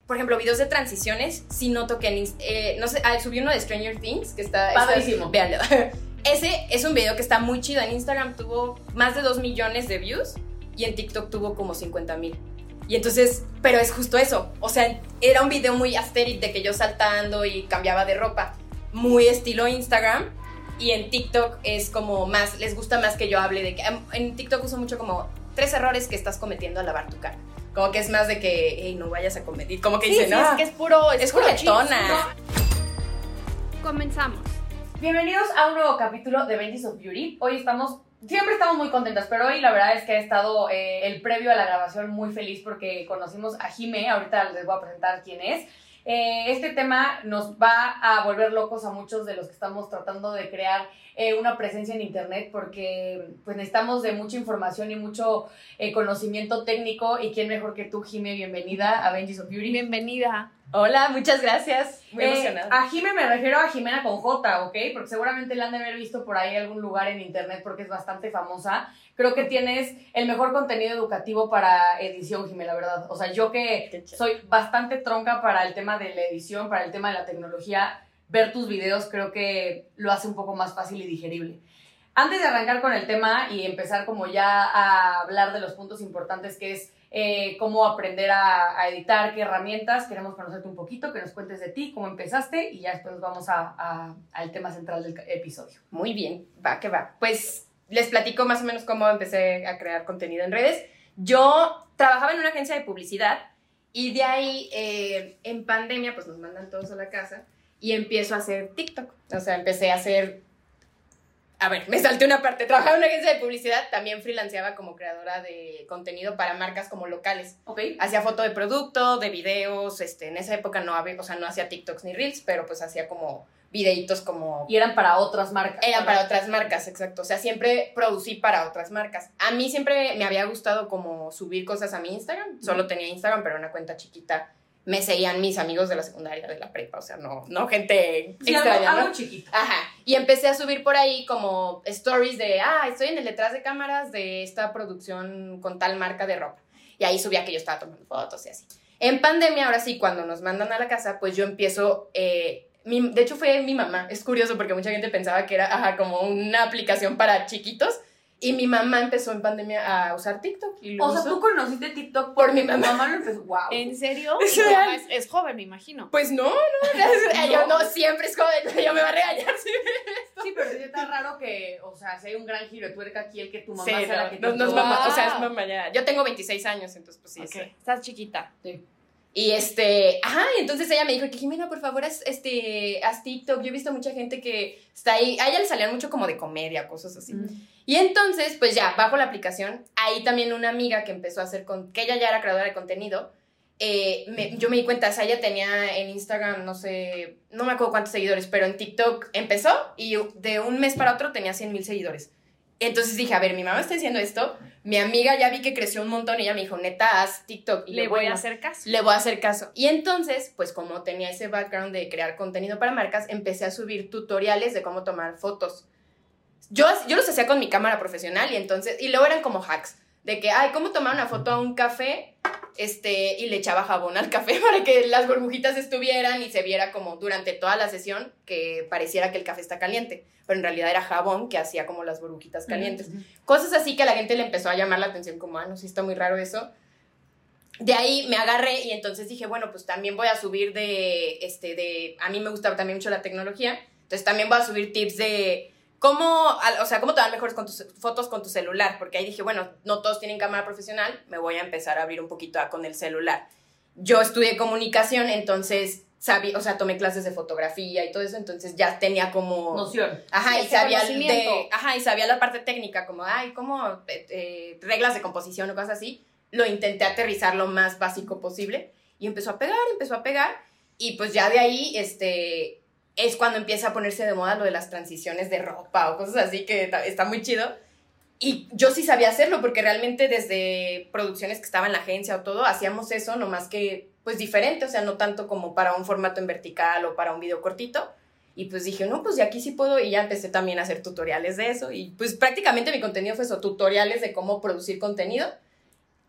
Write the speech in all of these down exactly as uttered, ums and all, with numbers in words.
por ejemplo, videos de transiciones, sí noto que, en, eh, no sé, ah, subí uno de Stranger Things, que está... Padrísimo. Véanlo. Ese es un video que está muy chido. En Instagram tuvo más de dos millones de views y en TikTok tuvo como cincuenta mil. Y entonces, pero es justo eso. O sea, era un video muy aesthetic de que yo saltando y cambiaba de ropa. Muy estilo Instagram. Y en TikTok es como más, les gusta más que yo hable de que... En TikTok uso mucho como tres errores que estás cometiendo al lavar tu cara. Como que es más de que, hey, no vayas a cometer. Como que sí, dicen, sí, no, es que es puro, es, es puro juguetona. Comenzamos. Bienvenidos a un nuevo capítulo de Benji's of Beauty. Hoy estamos, siempre estamos muy contentas, pero hoy la verdad es que ha estado eh, el previo a la grabación muy feliz porque conocimos a Jime. Ahorita les voy a presentar quién es. Eh, este tema nos va a volver locos a muchos de los que estamos tratando de crear eh, una presencia en internet porque pues necesitamos de mucha información y mucho eh, conocimiento técnico y quién mejor que tú, Jime. Bienvenida a Benji's of Beauty. Bienvenida. Hola, muchas gracias. Muy eh, emocionada. A Jime me refiero a Jimena con J, ¿ok? Porque seguramente la han de haber visto por ahí en algún lugar en internet porque es bastante famosa. Creo que tienes el mejor contenido educativo para edición, Jime, la verdad. O sea, yo que soy bastante tronca para el tema de la edición, para el tema de la tecnología, ver tus videos creo que lo hace un poco más fácil y digerible. Antes de arrancar con el tema y empezar como ya a hablar de los puntos importantes que es eh, cómo aprender a, a editar, qué herramientas, queremos conocerte un poquito, que nos cuentes de ti, cómo empezaste y ya después nos vamos a, a, al tema central del episodio. Muy bien, va que va. Pues les platico más o menos cómo empecé a crear contenido en redes. Yo trabajaba en una agencia de publicidad y de ahí eh, en pandemia pues nos mandan todos a la casa y empiezo a hacer TikTok. O sea, empecé a hacer... A ver, me salté una parte. Trabajaba en una agencia de publicidad, también freelanceaba como creadora de contenido para marcas como locales. Ok. Hacía foto de producto, de videos, este, en esa época no había, o sea, no hacía TikToks ni Reels, pero pues hacía como videitos como... Y eran para otras marcas. Eran para otras marcas, exacto. O sea, siempre producí para otras marcas. A mí siempre me había gustado como subir cosas a mi Instagram. Solo tenía Instagram, pero una cuenta chiquita. Me seguían mis amigos de la secundaria, de la prepa, o sea, no, no gente sí, extraña, algo, ¿no? algo chiquito. Ajá, y empecé a subir por ahí como stories de, ah, estoy en el detrás de cámaras de esta producción con tal marca de ropa. Y ahí subía que yo estaba tomando fotos y así. En pandemia, ahora sí, cuando nos mandan a la casa, pues yo empiezo, eh, mi, de hecho fue mi mamá, es curioso porque mucha gente pensaba que era, ajá, como una aplicación para chiquitos. Y mi mamá empezó en pandemia a usar TikTok. Y lo o sea, usó. tú conociste TikTok por mi mamá. Tu mamá lo empezó. Wow. ¿En serio? ¿Es Tu real? mamá es, es joven, me imagino. Pues no, no, no. Yo no, siempre es joven. Yo me va a regañar si Sí, pero sí está raro que, o sea, si hay un gran giro de tuerca aquí, el que tu mamá Sí, sea no, la que no, te no es ayudó. mamá, o sea, es Wow. mamá ya. Yo tengo veintiséis años, entonces pues sí. Ok, sí. estás chiquita. Sí. Y este, ajá, y entonces ella me dijo que Jimena, por favor, haz, este, haz TikTok. Yo he visto mucha gente que está ahí, a ella le salían mucho como de comedia, cosas así. Mm. Y entonces, pues ya, bajo la aplicación, ahí también una amiga que empezó a hacer, con, que ella ya era creadora de contenido, eh, me, yo me di cuenta, o sea, ella tenía en Instagram, no sé, no me acuerdo cuántos seguidores, pero en TikTok empezó y de un mes para otro tenía cien mil seguidores. Entonces dije, a ver, mi mamá está diciendo esto, mi amiga ya vi que creció un montón y ella me dijo, neta, haz TikTok. Y Le yo, voy bueno, a hacer caso. le voy a hacer caso. Y entonces, pues como tenía ese background de crear contenido para marcas, empecé a subir tutoriales de cómo tomar fotos. Yo, yo los hacía con mi cámara profesional y entonces, y luego eran como hacks, de que, ay, cómo tomar una foto a un café, este, y le echaba jabón al café para que las burbujitas estuvieran y se viera como durante toda la sesión que pareciera que el café está caliente, pero en realidad era jabón que hacía como las burbujitas calientes. Mm-hmm. Cosas así que a la gente le empezó a llamar la atención, como, ah, no, sí está muy raro eso. De ahí me agarré y entonces dije, bueno, pues también voy a subir de, este, de, a mí me gusta también mucho la tecnología, entonces también voy a subir tips de cómo, o sea, cómo tomar mejores con tus fotos con tu celular, porque ahí dije, bueno, no todos tienen cámara profesional, me voy a empezar a abrir un poquito a, con el celular. Yo estudié comunicación, entonces sabía, o sea, tomé clases de fotografía y todo eso, entonces ya tenía como... Noción. Ajá, y Ese sabía conocimiento. de, ajá, y sabía la parte técnica, como, ay, cómo, eh, eh, reglas de composición o cosas así. Lo intenté aterrizar lo más básico posible y empezó a pegar, empezó a pegar y pues ya de ahí, este, es cuando empieza a ponerse de moda lo de las transiciones de ropa o cosas así que está, está muy chido. Y yo sí sabía hacerlo porque realmente desde producciones que estaba en la agencia o todo, hacíamos eso, nomás que pues diferente, o sea, no tanto como para un formato en vertical o para un video cortito. Y pues dije, no, pues de aquí sí puedo, y ya empecé también a hacer tutoriales de eso. Y pues prácticamente mi contenido fue eso, tutoriales de cómo producir contenido.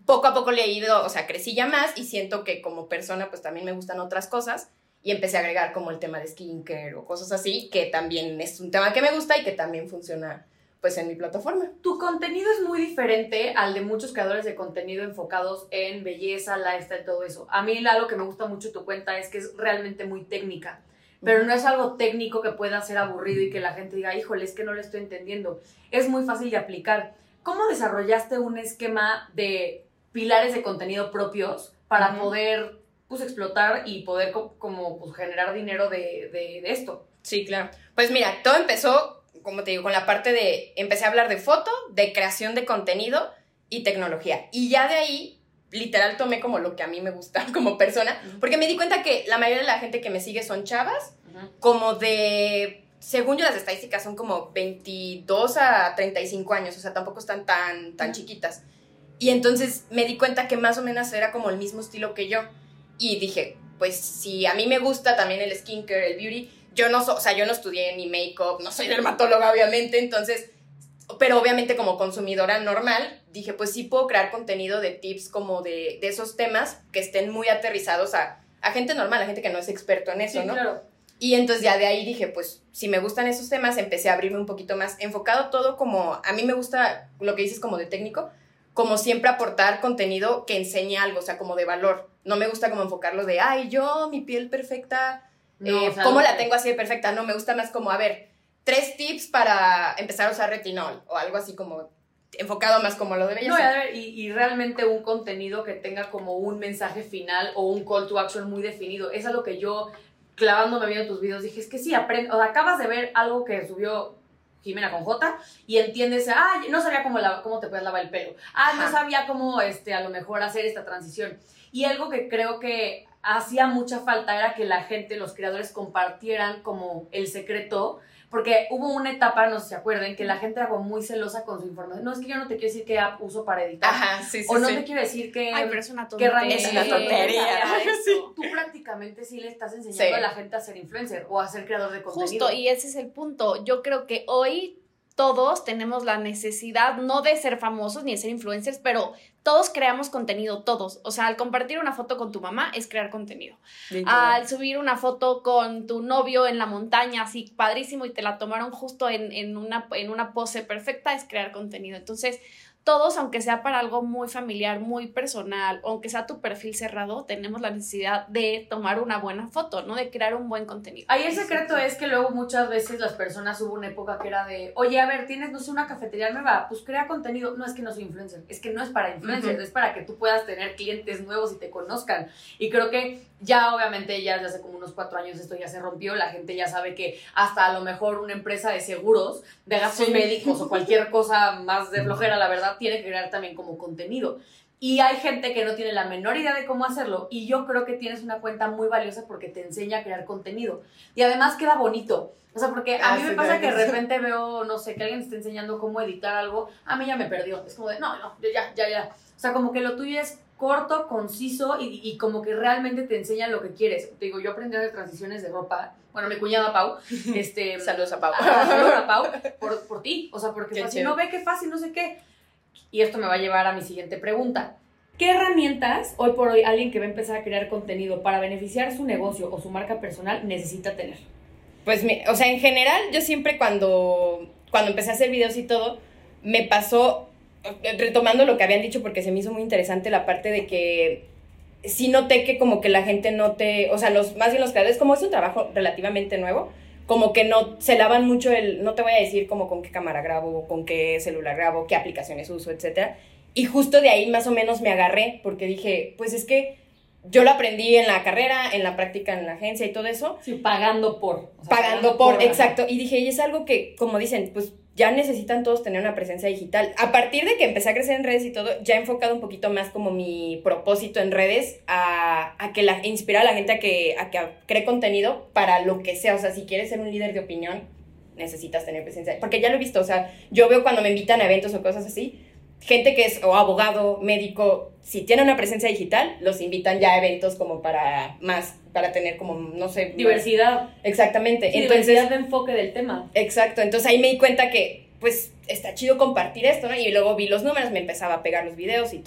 poco a poco le he ido, o sea, crecí ya más y siento que como persona pues también me gustan otras cosas y empecé a agregar como el tema de skincare o cosas así, que también es un tema que me gusta y que también funciona pues en mi plataforma. Tu contenido es muy diferente al de muchos creadores de contenido enfocados en belleza, lifestyle, todo eso. A mí algo que me gusta mucho de tu cuenta es que es realmente muy técnica, pero no es algo técnico que pueda ser aburrido y que la gente diga, híjole, es que no lo estoy entendiendo. Es muy fácil de aplicar. ¿Cómo desarrollaste un esquema de pilares de contenido propios para uh-huh. poder pues, explotar y poder co- como pues, generar dinero de, de, de esto? Sí, claro. Pues mira, todo empezó, como te digo, con la parte de, empecé a hablar de foto, de creación de contenido y tecnología. Y ya de ahí, literal, tomé como lo que a mí me gusta como persona, uh-huh. porque me di cuenta que la mayoría de la gente que me sigue son chavas, uh-huh. como de, según yo las estadísticas, son como veintidós a treinta y cinco años, o sea, tampoco están tan, tan uh-huh. chiquitas. Y entonces me di cuenta que más o menos era como el mismo estilo que yo. Y dije, pues si a mí me gusta también el skincare, el beauty, yo no, so, o sea, yo no estudié ni make-up, no soy dermatóloga obviamente, entonces, pero obviamente como consumidora normal, dije, pues sí puedo crear contenido de tips como de, de esos temas que estén muy aterrizados a, a gente normal, a gente que no es experto en eso, sí, ¿no? Claro. Y entonces ya de ahí dije, pues si me gustan esos temas, empecé a abrirme un poquito más, enfocado todo como, a mí me gusta lo que dices como de técnico, como siempre aportar contenido que enseñe algo, o sea, como de valor. No me gusta como enfocarlo de, ay, yo, mi piel perfecta, no, eh, o sea, ¿cómo no, la tengo así de perfecta? No, me gusta más como, a ver, tres tips para empezar a usar retinol, o algo así como enfocado más como lo de belleza. No, y, a ver, y, y realmente un contenido que tenga como un mensaje final o un call to action muy definido. Es algo que yo, clavándome viendo tus videos, dije, es que sí, aprende, o sea, acabas de ver algo que subió Jimena con J, y entiendes, ah, no sabía cómo, la, cómo te puedes lavar el pelo, ah, no sabía cómo, este, a lo mejor hacer esta transición, y algo que creo que hacía mucha falta era que la gente, los creadores compartieran como el secreto, porque hubo una etapa, no sé si se acuerden, que la gente era como muy celosa con su información. No, es que yo no te quiero decir qué app uso para editar. Ajá, sí, sí, o no sí. te quiero decir que... Ay, pero es una tontería. Es una tontería. Sí. Tú prácticamente sí le estás enseñando sí. a la gente a ser influencer o a ser creador de contenido. Justo, y ese es el punto. Yo creo que hoy todos tenemos la necesidad, no de ser famosos ni de ser influencers, pero todos creamos contenido, todos. O sea, al compartir una foto con tu mamá es crear contenido. Bien, al bien. Subir una foto con tu novio en la montaña, así padrísimo, y te la tomaron justo en, en, una, en una pose perfecta, es crear contenido. Entonces, todos, aunque sea para algo muy familiar, muy personal, aunque sea tu perfil cerrado, tenemos la necesidad de tomar una buena foto, ¿no? De crear un buen contenido. Ahí el secreto es que luego muchas veces las personas, hubo una época que era de, oye, a ver, tienes, no sé, una cafetería nueva, pues crea contenido. No es que no soy influencer, es que no es para influencers, uh-huh. es para que tú puedas tener clientes nuevos y te conozcan. Y creo que ya, obviamente, ya desde hace como unos cuatro años esto ya se rompió, la gente ya sabe que hasta a lo mejor una empresa de seguros, de gastos sí. médicos o cualquier cosa más de flojera, la verdad, tiene que crear también como contenido. Y hay gente que no tiene la menor idea de cómo hacerlo, y yo creo que tienes una cuenta muy valiosa porque te enseña a crear contenido. Y además queda bonito. O sea, porque a ah, mí me sí, pasa que de repente veo, no sé, que alguien está enseñando cómo editar algo, a mí ya me perdió. Es como de, no, no, ya, ya, ya. O sea, como que lo tuyo es corto, conciso y, y como que realmente te enseña lo que quieres. Te digo, yo aprendí a hacer transiciones de ropa. Bueno, mi cuñada Pau, este... Saludos a Pau. Ah, saludos a Pau, por, por ti. O sea, porque qué fácil, no ve qué fácil, no sé qué. Y esto me va a llevar a mi siguiente pregunta. ¿Qué herramientas, hoy por hoy, alguien que va a empezar a crear contenido para beneficiar su negocio o su marca personal necesita tener? Pues, o sea, en general, yo siempre cuando, cuando empecé a hacer videos y todo, me pasó, retomando lo que habían dicho, porque se me hizo muy interesante la parte de que sí noté que como que la gente no te, o sea, los, más bien los creadores, como es un trabajo relativamente nuevo, como que no se lavan mucho el, no te voy a decir como con qué cámara grabo, con qué celular grabo, qué aplicaciones uso, etcétera. Y justo de ahí más o menos me agarré, porque dije, pues es que yo lo aprendí en la carrera, en la práctica en la agencia y todo eso. Sí, pagando por. O sea, pagando por, por, exacto. Y dije, y es algo que, como dicen, pues ya necesitan todos tener una presencia digital. A partir de que empecé a crecer en redes y todo, ya he enfocado un poquito más como mi propósito en redes a, a que la, inspirar a la gente a que, a que cree contenido para lo que sea. O sea, si quieres ser un líder de opinión, necesitas tener presencia. Porque ya lo he visto, o sea, yo veo cuando me invitan a eventos o cosas así, gente que es o abogado, médico, si tiene una presencia digital, los invitan ya a eventos como para más, para tener como, no sé... Diversidad. Más. Exactamente. Sí, entonces, diversidad de enfoque del tema. Exacto. Entonces ahí me di cuenta que, pues, está chido compartir esto, ¿no? Y luego vi los números, me empezaba a pegar los videos y todo.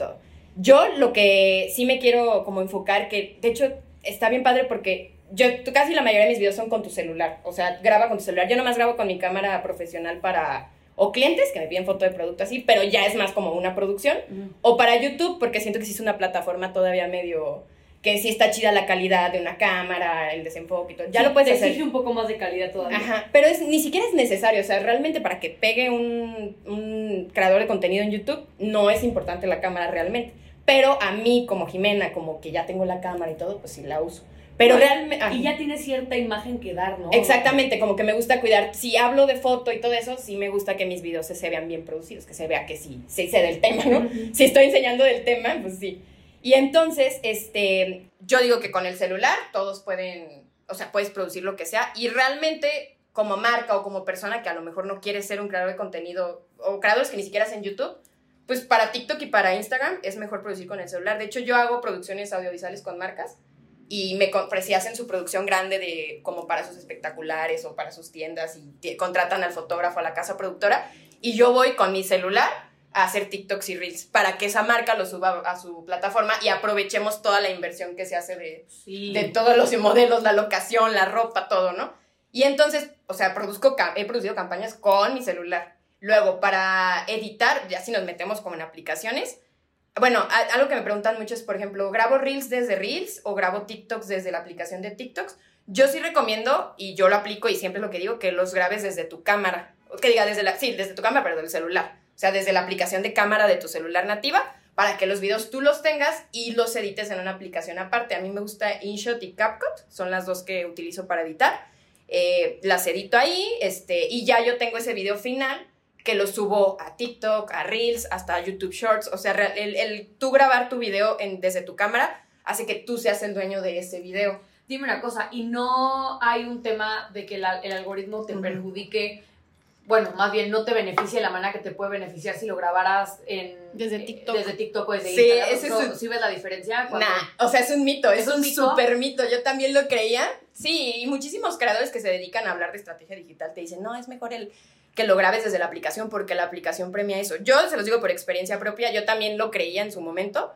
Yo lo que sí me quiero como enfocar, que de hecho está bien padre porque yo casi la mayoría de mis videos son con tu celular, o sea, graba con tu celular. Yo nomás grabo con mi cámara profesional para o clientes que me piden foto de producto así, pero ya es más como una producción, uh-huh. o para YouTube, porque siento que sí es una plataforma todavía medio, que sí está chida la calidad de una cámara, el desenfoque y todo, ya sí, lo puedes te hacer. Exige un poco más de calidad todavía. Ajá, pero es, ni siquiera es necesario, o sea, realmente para que pegue un, un creador de contenido en YouTube, no es importante la cámara realmente, pero a mí como Jimena, como que ya tengo la cámara y todo, pues sí la uso. Pero bueno, realmente... Y ya tiene cierta imagen que dar, ¿no? Exactamente, como que me gusta cuidar. Si hablo de foto y todo eso, sí me gusta que mis videos se, se vean bien producidos, que se vea que sí, sí sé del tema, ¿no? Uh-huh. Si estoy enseñando del tema, pues sí. Y entonces, este, yo digo que con el celular todos pueden, o sea, puedes producir lo que sea. Y realmente, como marca o como persona que a lo mejor no quiere ser un creador de contenido, o creadores que ni siquiera hacen YouTube, pues para TikTok y para Instagram es mejor producir con el celular. De hecho, yo hago producciones audiovisuales con marcas. Y me si hacen su producción grande de como para sus espectaculares o para sus tiendas y t- contratan al fotógrafo, a la casa productora, y yo voy con mi celular a hacer TikToks y Reels para que esa marca lo suba a su plataforma y aprovechemos toda la inversión que se hace de, sí. de todos los modelos, la locación, la ropa, todo, ¿no? Y entonces, o sea, produzco, he producido campañas con mi celular. Luego, para editar, ya si nos metemos como en aplicaciones, bueno, algo que me preguntan mucho es, por ejemplo, ¿grabo Reels desde Reels o grabo TikToks desde la aplicación de TikToks? Yo sí recomiendo, y yo lo aplico y siempre lo que digo, que los grabes desde tu cámara. Que diga desde la, sí, desde tu cámara, pero del celular. O sea, desde la aplicación de cámara de tu celular nativa, para que los videos tú los tengas y los edites en una aplicación aparte. A mí me gusta InShot y CapCut, son las dos que utilizo para editar. Eh, las edito ahí, este, y ya yo tengo ese video final que lo subo a TikTok, a Reels, hasta a YouTube Shorts. O sea, el, el tú grabar tu video en, desde tu cámara hace que tú seas el dueño de ese video. Dime una cosa, ¿y no hay un tema de que la, el algoritmo te uh-huh. perjudique, bueno, más bien no te beneficie de la manera que te puede beneficiar si lo grabaras en... Desde TikTok. Desde TikTok o desde sí, Instagram? Ese ¿No, es un... ¿Sí ves la diferencia? Cuando... Nah, o sea, es un mito, es, ¿Es un, un súper mito. Yo también lo creía. Sí, y muchísimos creadores que se dedican a hablar de estrategia digital te dicen, no, es mejor el... que lo grabes desde la aplicación porque la aplicación premia eso. Yo se los digo por experiencia propia, yo también lo creía en su momento.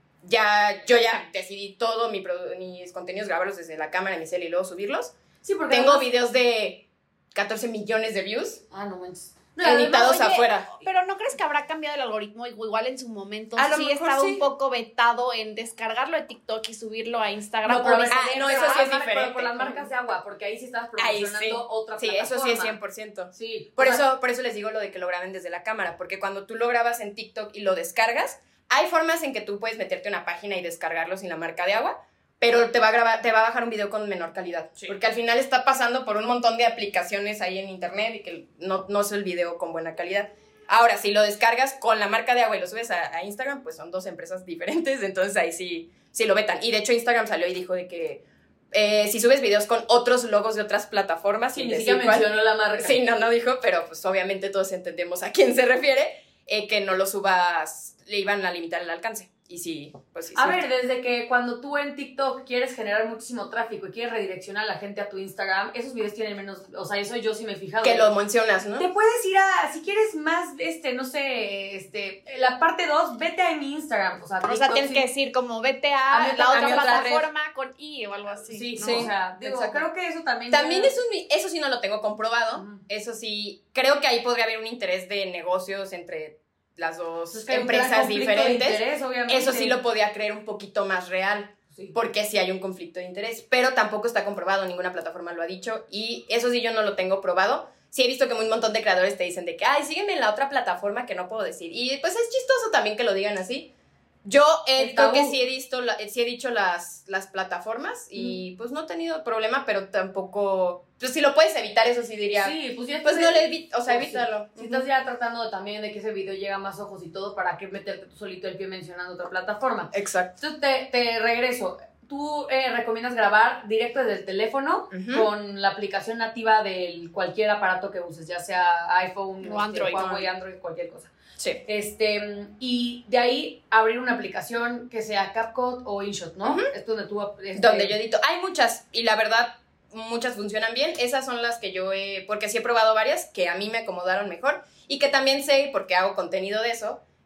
Ya, yo ya decidí todo mi produ- mis contenidos grabarlos desde la cámara de mi cel y luego subirlos. Sí, porque tengo además... videos de catorce millones de views. Ah, no manches. No, editados además, oye, afuera. Pero ¿no crees que habrá cambiado el algoritmo? Igual en su momento a sí estaba sí. un poco vetado en descargarlo de TikTok y subirlo a Instagram. No, pero, ah, no eso sí es diferente. Pero por las marcas de agua, porque ahí sí estabas promocionando sí. otra sí, plataforma. Sí, eso sí es cien por ciento. Sí. Por, o sea, eso, por eso les digo lo de que lo graben desde la cámara, porque cuando tú lo grabas en TikTok y lo descargas, hay formas en que tú puedes meterte a una página y descargarlo sin la marca de agua, pero te va a grabar, te va a bajar un video con menor calidad. Sí. Porque al final está pasando por un montón de aplicaciones ahí en internet y que no, no es el video con buena calidad. Ahora, si lo descargas con la marca de agua y lo subes a, a Instagram, pues son dos empresas diferentes, entonces ahí sí, sí lo vetan. Y de hecho Instagram salió y dijo de que eh, si subes videos con otros logos de otras plataformas... Sí, ni siquiera mencionó la marca. Sí, no, no dijo, pero pues obviamente todos entendemos a quién se refiere, eh, que no lo subas, le iban a limitar el alcance. Y sí, pues sí. A sí. ver, desde que cuando tú en TikTok quieres generar muchísimo tráfico y quieres redireccionar a la gente a tu Instagram, esos videos tienen menos, o sea, eso yo sí me he fijado. Que lo mencionas, ¿no? Te puedes ir a, si quieres más, este, no sé, este, la parte dos, vete a mi Instagram. O sea, TikTok, o sea tienes sí. que decir como vete a, a la otra plataforma red. Con I o algo así. Sí, ¿no? sí. O sea, digo, creo que eso también... También ya... es un, eso sí no lo tengo comprobado, uh-huh. Eso sí, creo que ahí podría haber un interés de negocios entre... las dos es que empresas diferentes, de interés, eso sí lo podía creer un poquito más real, sí. Porque sí hay un conflicto de interés, pero tampoco está comprobado, ninguna plataforma lo ha dicho, y eso sí yo no lo tengo probado. Sí he visto que un montón de creadores te dicen de que, ay, sígueme en la otra plataforma que no puedo decir, y pues es chistoso también que lo digan así. Yo eh, creo que sí he visto, la, sí he dicho las, las plataformas y mm. pues no he tenido problema, pero tampoco, pues si lo puedes evitar, eso sí diría. Sí, pues, ya pues no le evito, o sea, pues evítalo. Sí. Si estás ya tratando también de que ese video llegue a más ojos y todo, ¿para qué meterte tú solito el pie mencionando otra plataforma? Exacto. Entonces te, te regreso. Tú eh, recomiendas grabar directo desde el teléfono uh-huh. con la aplicación nativa de cualquier aparato que uses, ya sea iPhone, o Android, Huawei, Android, cualquier cosa. Sí. Este, y de ahí abrir una aplicación que sea CapCut o InShot, ¿no? Uh-huh. Es donde tú... Este... Donde yo edito. Hay muchas, y la verdad, muchas funcionan bien. Esas son las que yo he... Porque sí he probado varias que a mí me acomodaron mejor. Y que también sé, porque hago contenido de eso,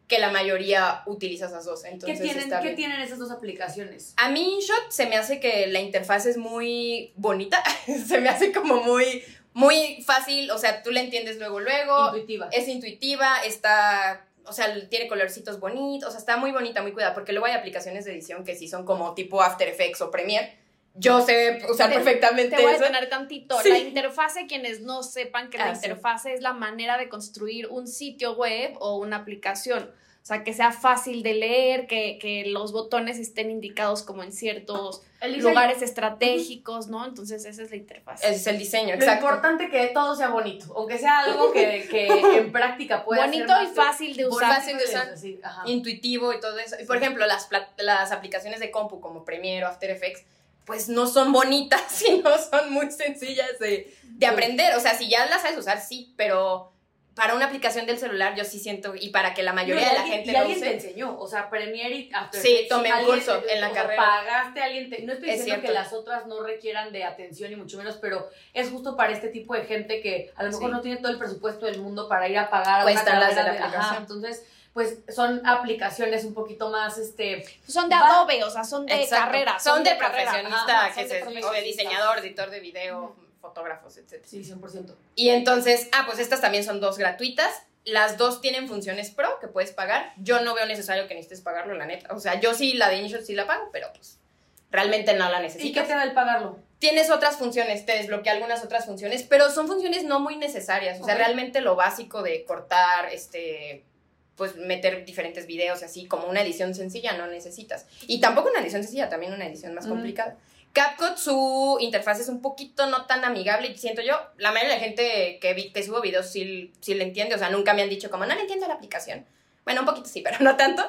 que la mayoría utiliza esas dos. ¿Qué, Entonces, tienen, está ¿qué bien. tienen esas dos aplicaciones? A mí InShot se me hace que la interfaz es muy bonita, se me hace como muy, muy fácil, o sea, tú la entiendes luego, luego. Intuitiva. Es intuitiva, está, o sea, tiene colorcitos bonitos, o sea, está muy bonita, muy cuidada, porque luego hay aplicaciones de edición que sí son como tipo After Effects o Premiere. Yo sé usar Te- perfectamente Te voy a eso. detener tantito. Sí. La interfase, quienes no sepan que la Ah, sí. interfase es la manera de construir un sitio web o una aplicación. O sea, que sea fácil de leer, que, que los botones estén indicados como en ciertos El diseño. lugares estratégicos, ¿no? Entonces, esa es la interfase. Ese es el diseño, Lo exacto. importante es que todo sea bonito, aunque sea algo que, que en práctica pueda ser Bonito y más- fácil de usar. Fácil de usar. Sí, ajá. Intuitivo y todo eso. Y por ejemplo, las, pla- las aplicaciones de compu como Premiere o After Effects, pues no son bonitas, sino son muy sencillas de, de aprender. O sea, si ya las sabes usar, sí, pero para una aplicación del celular yo sí siento, y para que la mayoría No, y de la alguien- gente y lo alguien te use. enseñó, o sea, Premiere y After Sí, Effects, tomé un alguien curso te- en la o sea, carrera. Pagaste a alguien, te- no estoy Es diciendo que cierto. las otras no requieran de atención y mucho menos, pero es justo para este tipo de gente que a lo mejor Sí. no tiene todo el presupuesto del mundo para ir a pagar a Cuestan una las de la carrera aplicación. ajá, entonces, pues son aplicaciones un poquito más, este, Son de Va- Adobe, o sea, son de Exacto. carrera. Son de carrera. profesionista, Ajá, que son de se- o de profesionista. diseñador, editor de video, fotógrafos, etcétera. sí, cien por ciento. Y entonces, ah, pues estas también son dos gratuitas. Las dos tienen funciones pro que puedes pagar. Yo no veo necesario que necesites pagarlo, la neta. O sea, yo sí, la de InShot sí la pago, pero pues realmente no la ¿Y qué necesitas. te da el pagarlo? Tienes otras funciones, te desbloquea algunas otras funciones, pero son funciones no muy necesarias. O sea, Ok. realmente lo básico de cortar, este, pues meter diferentes videos y así, como una edición sencilla no necesitas. Y tampoco una edición sencilla, también una edición más Ujú. complicada. CapCut, su interfaz es un poquito no tan amigable, y siento yo, la mayoría de la gente que, vi, que subo videos sí, sí le entiende, o sea, nunca me han dicho como, no le entiendo la aplicación. Bueno, un poquito sí, pero no tanto.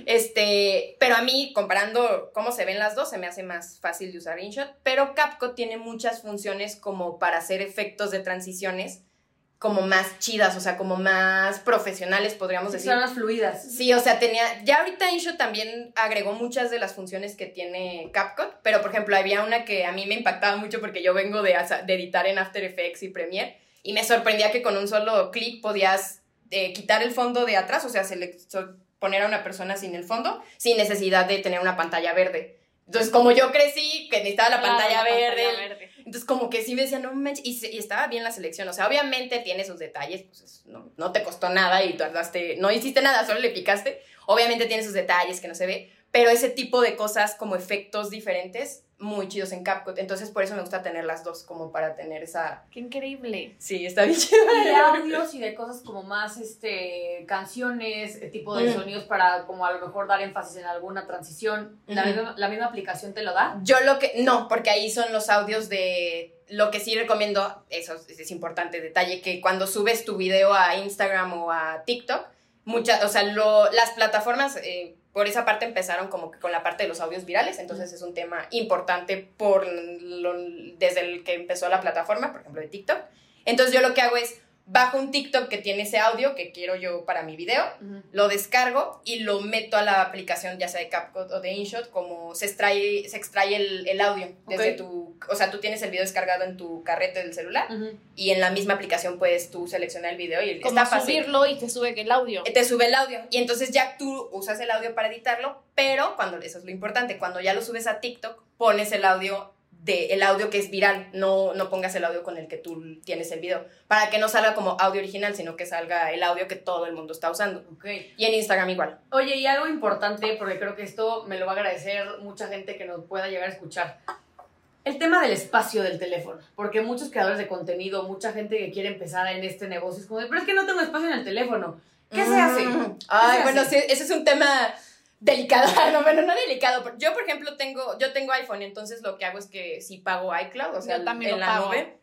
Este, pero a mí, comparando cómo se ven las dos, se me hace más fácil de usar InShot, pero CapCut tiene muchas funciones como para hacer efectos de transiciones como más chidas, o sea, como más profesionales, podríamos Sí, decir. son más fluidas. Sí, o sea, tenía, ya ahorita InShot también agregó muchas de las funciones que tiene CapCut, pero por ejemplo, había una que a mí me impactaba mucho porque yo vengo de, asa- de editar en After Effects y Premiere, y me sorprendía que con un solo clic podías eh, quitar el fondo de atrás, o sea, selec- so- poner a una persona sin el fondo, sin necesidad de tener una pantalla verde. Entonces, como yo crecí, que necesitaba la Claro, pantalla la verde, pantalla verde. entonces como que sí me decía, no manches, y, se- y estaba bien la selección, o sea, obviamente tiene sus detalles, pues es- no, no te costó nada y tardaste, no hiciste nada, solo le picaste, obviamente tiene sus detalles que no se ve, pero ese tipo de cosas como efectos diferentes, muy chidos en CapCut, entonces por eso me gusta tener las dos, como para tener esa... Qué increíble. Sí, está bien chido. Y de audios y de cosas como más, este, canciones, eh, tipo de Mm. sonidos para como a lo mejor dar énfasis en alguna transición. ¿La, Ujú. misma, ¿La misma aplicación te lo da? Yo lo que, no, porque ahí son los audios de, lo que sí recomiendo, eso es, es importante detalle, que cuando subes tu video a Instagram o a TikTok, muchas, o sea, lo, las plataformas, eh, por esa parte empezaron como que con la parte de los audios virales, entonces es un tema importante por lo, desde el que empezó la plataforma, por ejemplo, de TikTok. Entonces yo lo que hago es, bajo un TikTok que tiene ese audio que quiero yo para mi video, lo descargo y lo meto a la aplicación, ya sea de CapCut o de InShot, como se extrae, se extrae el, el audio desde Ok. tu... O sea, tú tienes el video descargado en tu carrete del celular Ujú. y en la misma aplicación puedes tú seleccionar el video y Como está fácil. subirlo y te sube el audio. Te sube el audio y entonces ya tú usas el audio para editarlo, pero cuando, eso es lo importante, cuando ya lo subes a TikTok, pones el audio de el audio que es viral, no, no pongas el audio con el que tú tienes el video, para que no salga como audio original, sino que salga el audio que todo el mundo está usando. Ok. Y en Instagram igual. Oye, y algo importante, porque creo que esto me lo va a agradecer mucha gente que nos pueda llegar a escuchar. El tema del espacio del teléfono, porque muchos creadores de contenido, mucha gente que quiere empezar en este negocio es como de, pero es que no tengo espacio en el teléfono. ¿Qué se hace? Mm. Ay, se bueno, hace? sí, ese es un tema delicado. No, bueno, no delicado. pero Yo, por ejemplo, tengo, yo tengo iPhone, entonces lo que hago es que sí pago iCloud, o sea, Yo también en lo la pago. nube.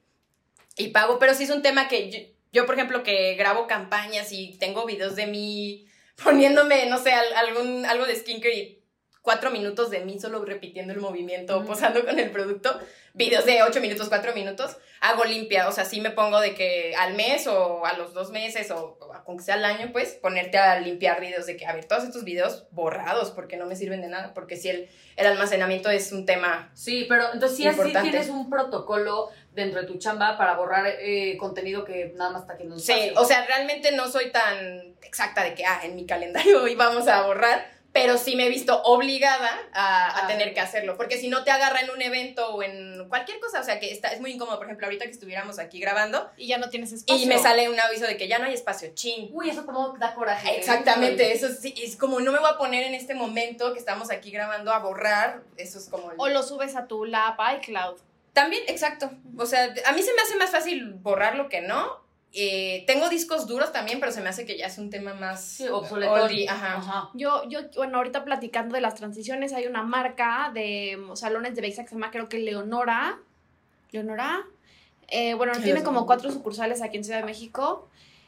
Y pago, pero sí es un tema que yo, yo, por ejemplo, que grabo campañas y tengo videos de mí poniéndome, no sé, al- algún, algo de skincare y cuatro minutos de mí solo repitiendo el movimiento o posando con el producto, videos de ocho minutos, cuatro minutos, hago limpia, o sea, sí me pongo de que al mes o a los dos meses o aunque sea al año, pues, ponerte a limpiar videos de que, a ver, todos estos videos borrados porque no me sirven de nada, porque si el, el almacenamiento es un tema Sí, pero entonces sí, así importante. tienes un protocolo dentro de tu chamba para borrar eh, contenido que nada más está aquí en un Sí, espacio. o sea, realmente no soy tan exacta de que, ah, en mi calendario hoy vamos a borrar, pero sí me he visto obligada a, a Ah, tener sí. que hacerlo, porque si no te agarra en un evento o en cualquier cosa, o sea, que está, es muy incómodo, por ejemplo, ahorita que estuviéramos aquí grabando Y ya no tienes espacio. y me sale un aviso de que ya no hay espacio, chin. Uy, eso como da coraje. Exactamente, eso sí, es como no me voy a poner en este momento que estamos aquí grabando a borrar, eso es como... el- O lo subes a tu lap iCloud. También, exacto, o sea, a mí se me hace más fácil borrarlo que no. Eh, tengo discos duros también, pero se me hace que ya es un tema más Sí, obsoleto. oldie, ajá. Ajá. Yo, yo, bueno, ahorita platicando de las transiciones, hay una marca de mm, salones de belleza que se llama, creo que Leonora. Leonora. Eh, bueno, Sí, tiene los- como cuatro sucursales aquí en Ciudad de México.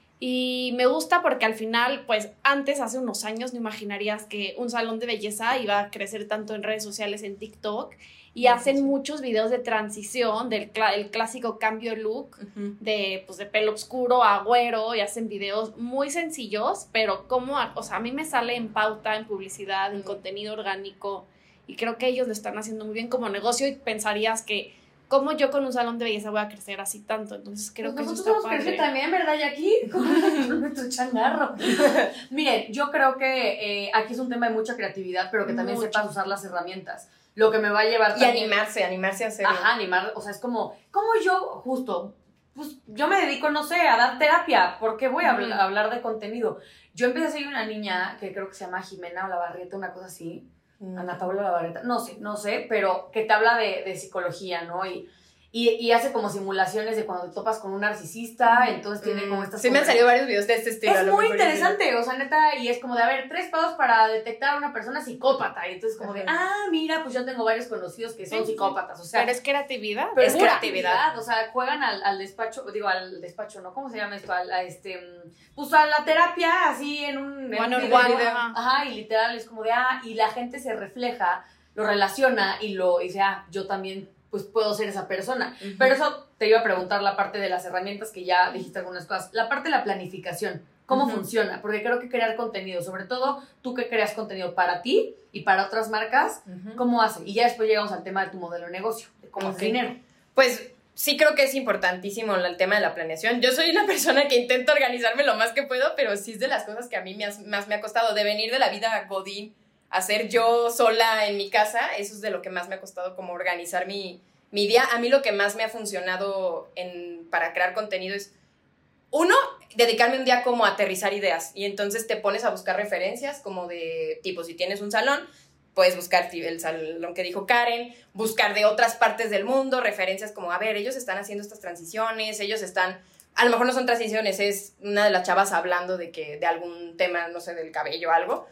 Y me gusta porque al final, pues antes, hace unos años, no imaginarías que un salón de belleza iba a crecer tanto en redes sociales, en TikTok. Y Sí, hacen sí. muchos videos de transición, del cla- el clásico cambio de look. Ujú. De, pues, de pelo oscuro a güero, y hacen videos muy sencillos, pero como, a- o sea, a mí me sale en pauta, en publicidad, en Ujú. contenido orgánico, y creo que ellos lo están haciendo muy bien como negocio, y pensarías que, ¿cómo yo con un salón de belleza voy a crecer así tanto? Entonces creo Pues que eso nosotros está hemos crecido padre. también, ¿verdad, Jackie? Con nuestro changarro. Miren, yo creo que eh, aquí es un tema de mucha creatividad, pero que también Mucho. sepas usar las herramientas. Lo que me va a llevar Y también... animarse, animarse a hacerlo. Ajá, animar, o sea, es como, como yo, justo, pues yo me dedico, no sé, a dar terapia, ¿por qué voy a habl- Ujú. a hablar de contenido? Yo empecé a seguir una niña que creo que se llama Jimena Olavarrieta, una cosa así, Mm. Ana Paula Olavarrieta, no sé, no sé, pero que te habla de, de psicología, ¿no? Y, y, y hace como simulaciones de cuando te topas con un narcisista, entonces tiene como Mm. estas... Sí me han conver- salido varios videos de este estilo. a Es lo muy mejor, y- interesante, o sea, neta, y es como de, a ver, tres pasos para detectar a una persona psicópata, y entonces como de, Ajá. ah, mira, pues yo tengo varios conocidos que son Sí, sí. psicópatas, o sea... Pero es creatividad. Pero Es es creatividad. creatividad, o sea, juegan al, al despacho, digo, al despacho, ¿no? ¿Cómo se llama esto? Al, a este, mm, pues a la terapia, así en un... en One un on video. one, ajá. Ajá, y literal es como de, ah, y la gente se refleja, lo relaciona y lo y dice, ah, yo también, pues puedo ser esa persona. Ujú. Pero eso te iba a preguntar la parte de las herramientas que ya dijiste algunas cosas. La parte de la planificación, ¿cómo Ujú. funciona? Porque creo que crear contenido, sobre todo tú que creas contenido para ti y para otras marcas, Ujú. ¿cómo hace? Y ya después llegamos al tema de tu modelo de negocio, de cómo Ok. hacer dinero. Pues sí creo que es importantísimo el tema de la planeación. Yo soy una persona que intento organizarme lo más que puedo, pero sí es de las cosas que a mí me has- más me ha costado. De venir de la vida godín a ser yo sola en mi casa, eso es de lo que más me ha costado, como organizar mi, mi día. A mí lo que más me ha funcionado en, para crear contenido es, uno, dedicarme un día como a aterrizar ideas. Y entonces te pones a buscar referencias como de, tipo, si tienes un salón, puedes buscar el salón que dijo Karen, buscar de otras partes del mundo, referencias como, a ver, ellos están haciendo estas transiciones, ellos están, a lo mejor no son transiciones, es una de las chavas hablando de que de algún tema, no sé, del cabello o algo,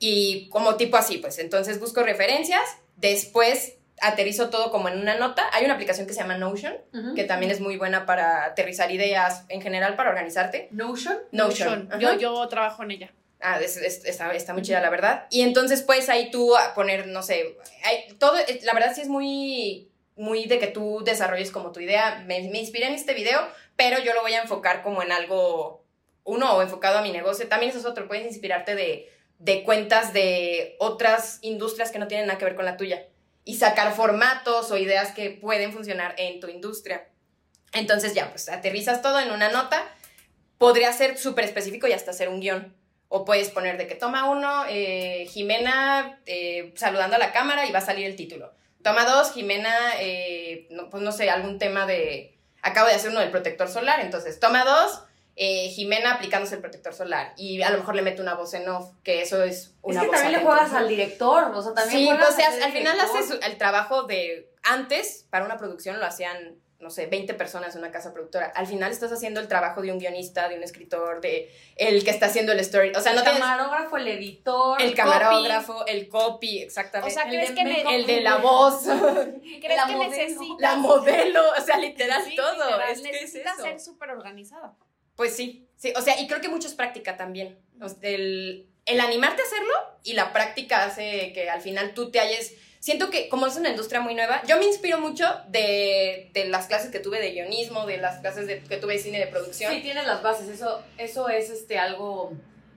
y como tipo así, pues, entonces busco referencias, después aterrizo todo como en una nota. Hay una aplicación que se llama Notion, Uh-huh. que también es muy buena para aterrizar ideas, en general para organizarte. Notion. Notion. Yo, Ajá. yo trabajo en ella. Ah, es- es- está, está muy chida, la verdad. Y entonces puedes ahí tú a poner, no sé, hay, todo, eh, la verdad sí es muy, muy de que tú desarrolles como tu idea. Me, me inspiré en este video, pero yo lo voy a enfocar como en algo, uno, o enfocado a mi negocio. También eso es otro, puedes inspirarte de, de cuentas de otras industrias que no tienen nada que ver con la tuya y sacar formatos o ideas que pueden funcionar en tu industria. Entonces ya, pues aterrizas todo en una nota. Podría ser súper específico y hasta hacer un guión. O puedes poner de que toma uno, eh, Jimena eh, saludando a la cámara y va a salir el título. Toma dos, Jimena, eh, no, pues no sé, algún tema de... Acabo de hacer uno del protector solar, entonces toma dos, eh, Jimena aplicándose el protector solar. Y a lo mejor le meto una voz en off, que eso es una Es que voz también le adentro. juegas al director, o sea, también Sí, juegas o sea, a ser al final director. haces el trabajo de... Antes, para una producción lo hacían, no sé, veinte personas en una casa productora. Al final estás haciendo el trabajo de un guionista, de un escritor, de el que está haciendo el story. O sea, el no tienes... camarógrafo, el editor, El copy. camarógrafo, el copy, exactamente. O sea, El ¿crees de que, ne- make-up, el de la voz, ¿crees la que modelo. necesitas? la modelo, o sea, literal Sí, todo. literal, Es que es necesitas eso. ser súper organizada. Pues sí, sí, o sea, y creo que mucho es práctica también. O sea, el, el animarte a hacerlo y la práctica hace que al final tú te halles. Siento que como es una industria muy nueva, yo me inspiro mucho de, de las clases que tuve de guionismo, de las clases de, que tuve de cine de producción. Sí, tienes las bases, eso, eso es este, algo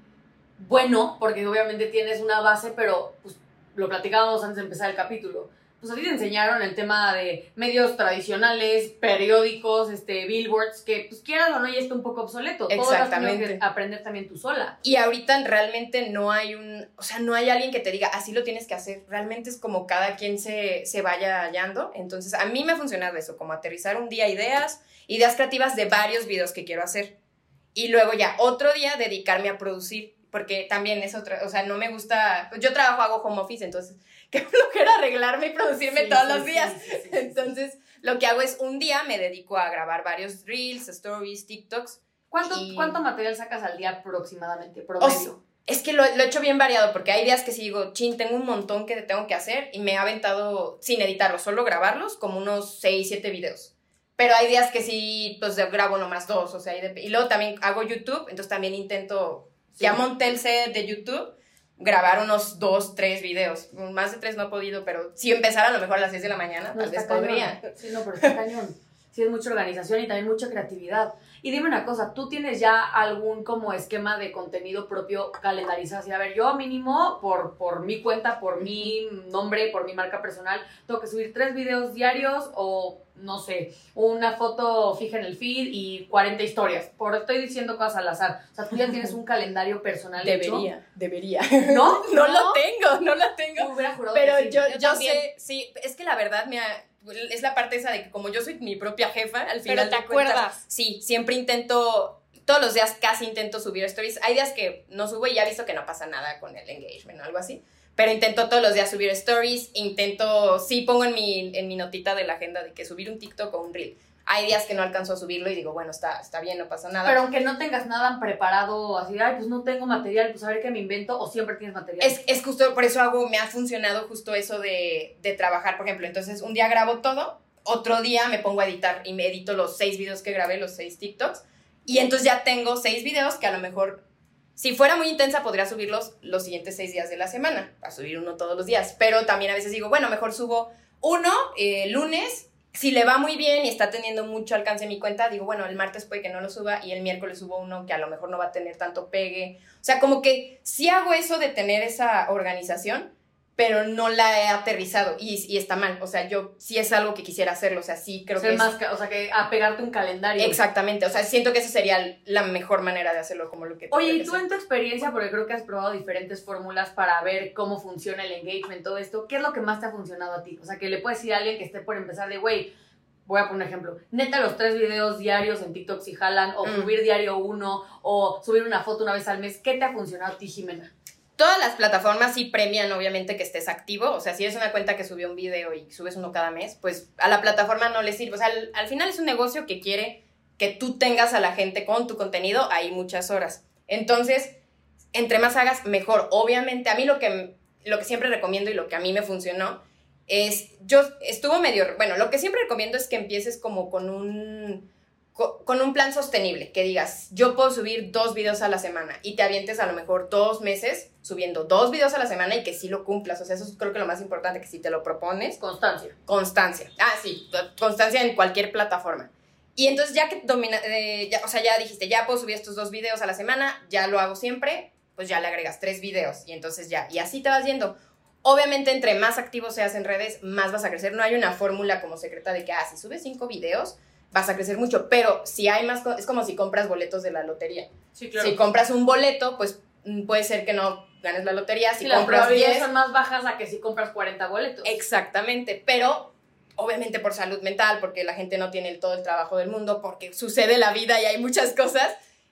bueno, porque obviamente tienes una base, pero pues, lo platicábamos antes de empezar el capítulo. Pues a ti te enseñaron el tema de medios tradicionales, periódicos, este, billboards, que pues quieras o no ya está un poco obsoleto. Exactamente. Todo lo has tenido que aprender también tú sola. Y ahorita realmente no hay un, o sea, no hay alguien que te diga, así lo tienes que hacer. Realmente es como cada quien se, se vaya hallando. Entonces, a mí me ha funcionado eso, como aterrizar un día ideas, ideas creativas de varios videos que quiero hacer. Y luego ya otro día dedicarme a producir, porque también es otra, o sea, no me gusta, yo trabajo, hago home office, entonces qué flojera arreglarme y producirme Sí, todos sí, los sí, días. sí, sí, sí, Entonces, sí. lo que hago es un día me dedico a grabar varios reels, stories, TikToks. ¿Cuánto, y... ¿Cuánto material sacas al día aproximadamente, promedio? O, es que lo, lo he hecho bien variado, porque hay días que sí digo, chin, tengo un montón que tengo que hacer, y me he aventado, sin editarlos, solo grabarlos, como unos seis, siete videos. Pero hay días que sí, pues grabo nomás dos, o sea, y, de, y luego también hago YouTube, entonces también intento, sí. Ya monté el set de YouTube, grabar unos dos, tres videos. Más de tres no he podido, pero si empezara a lo mejor a las seis de la mañana, No, tal vez cañón. podría. Sí, no, pero está cañón. Sí, es mucha organización y también mucha creatividad. Y dime una cosa, ¿tú tienes ya algún como esquema de contenido propio calendarizado? Así, a ver, yo mínimo, por, por mi cuenta, por mi nombre, por mi marca personal, tengo que subir tres videos diarios o, no sé, una foto fija en el feed y cuarenta historias. Por estoy diciendo cosas al azar. O sea, ¿tú ya tienes un calendario personal Debería, hecho? debería. ¿No? No, ¿No? lo tengo, no lo tengo. Me hubiera jurado Pero que sí. yo, yo yo también. sé, sí, es que la verdad me ha, es la parte esa de que como yo soy mi propia jefa, al final Pero te de cuentas, acuerdas. sí, siempre intento, todos los días casi intento subir stories. Hay días que no subo y ya he visto que no pasa nada con el engagement o algo así, pero intento todos los días subir stories, intento, sí pongo en mi, en mi notita de la agenda de que subir un TikTok o un reel. Hay días que no alcanzo a subirlo y digo, bueno, está, está bien, no pasa nada. Pero aunque no tengas nada preparado, así, ay, pues no tengo material, pues a ver qué me invento, o siempre tienes material. Es, es justo, por eso hago, me ha funcionado justo eso de, de trabajar, por ejemplo. Entonces, un día grabo todo, otro día me pongo a editar y me edito los seis videos que grabé, los seis TikToks, y entonces ya tengo seis videos que a lo mejor, si fuera muy intensa, podría subirlos los siguientes seis días de la semana, a subir uno todos los días. Pero también a veces digo, bueno, mejor subo uno eh, lunes. Si le va muy bien y está teniendo mucho alcance en mi cuenta, digo, bueno, el martes puede que no lo suba y el miércoles subo uno que a lo mejor no va a tener tanto pegue. O sea, como que sí hago eso de tener esa organización, pero no la he aterrizado y, y está mal. O sea, yo sí es algo que quisiera hacerlo, o sea, sí creo Ser que más, es... ca- o sea, que a pegarte un calendario. Exactamente, o sea, siento que esa sería la mejor manera de hacerlo, como lo que... Oye, tendría y tú que ser. en tu experiencia, porque creo que has probado diferentes fórmulas para ver cómo funciona el engagement, todo esto, ¿qué es lo que más te ha funcionado a ti? O sea, que le puedes decir a alguien que esté por empezar de, güey, voy a poner un ejemplo, neta los tres videos diarios en TikTok si jalan, o Mm. subir diario uno, o subir una foto una vez al mes, ¿qué te ha funcionado a ti, Jimena? Todas las plataformas sí premian, obviamente, que estés activo. O sea, si eres una cuenta que subió un video y subes uno cada mes, pues a la plataforma no le sirve. O sea, al, al final es un negocio que quiere que tú tengas a la gente con tu contenido ahí muchas horas. Entonces, entre más hagas, mejor. Obviamente, a mí lo que, lo que siempre recomiendo y lo que a mí me funcionó es, yo estuvo medio, bueno, lo que siempre recomiendo es que empieces como con un... con un plan sostenible, que digas, yo puedo subir dos videos a la semana y te avientes a lo mejor dos meses subiendo dos videos a la semana y que sí lo cumplas. O sea, eso es creo que lo más importante, que si te lo propones, Constancia. constancia. Ah, sí, constancia en cualquier plataforma. Y entonces ya que domina, eh, ya, o sea, ya dijiste, ya puedo subir estos dos videos a la semana, ya lo hago siempre, pues ya le agregas tres videos y entonces ya, y así te vas yendo. Obviamente, entre más activo seas en redes, más vas a crecer. No hay una fórmula como secreta de que, ah, si subes cinco videos, vas a crecer mucho, pero si hay más, es como si compras boletos de la lotería. Sí, claro. Si compras un boleto, pues puede ser que no ganes la lotería. Si sí, las compras probabilidades diez, son más bajas a que si compras cuarenta boletos. exactamente, pero obviamente por salud mental, porque la gente no tiene todo el trabajo del mundo, porque sucede la vida y hay muchas cosas,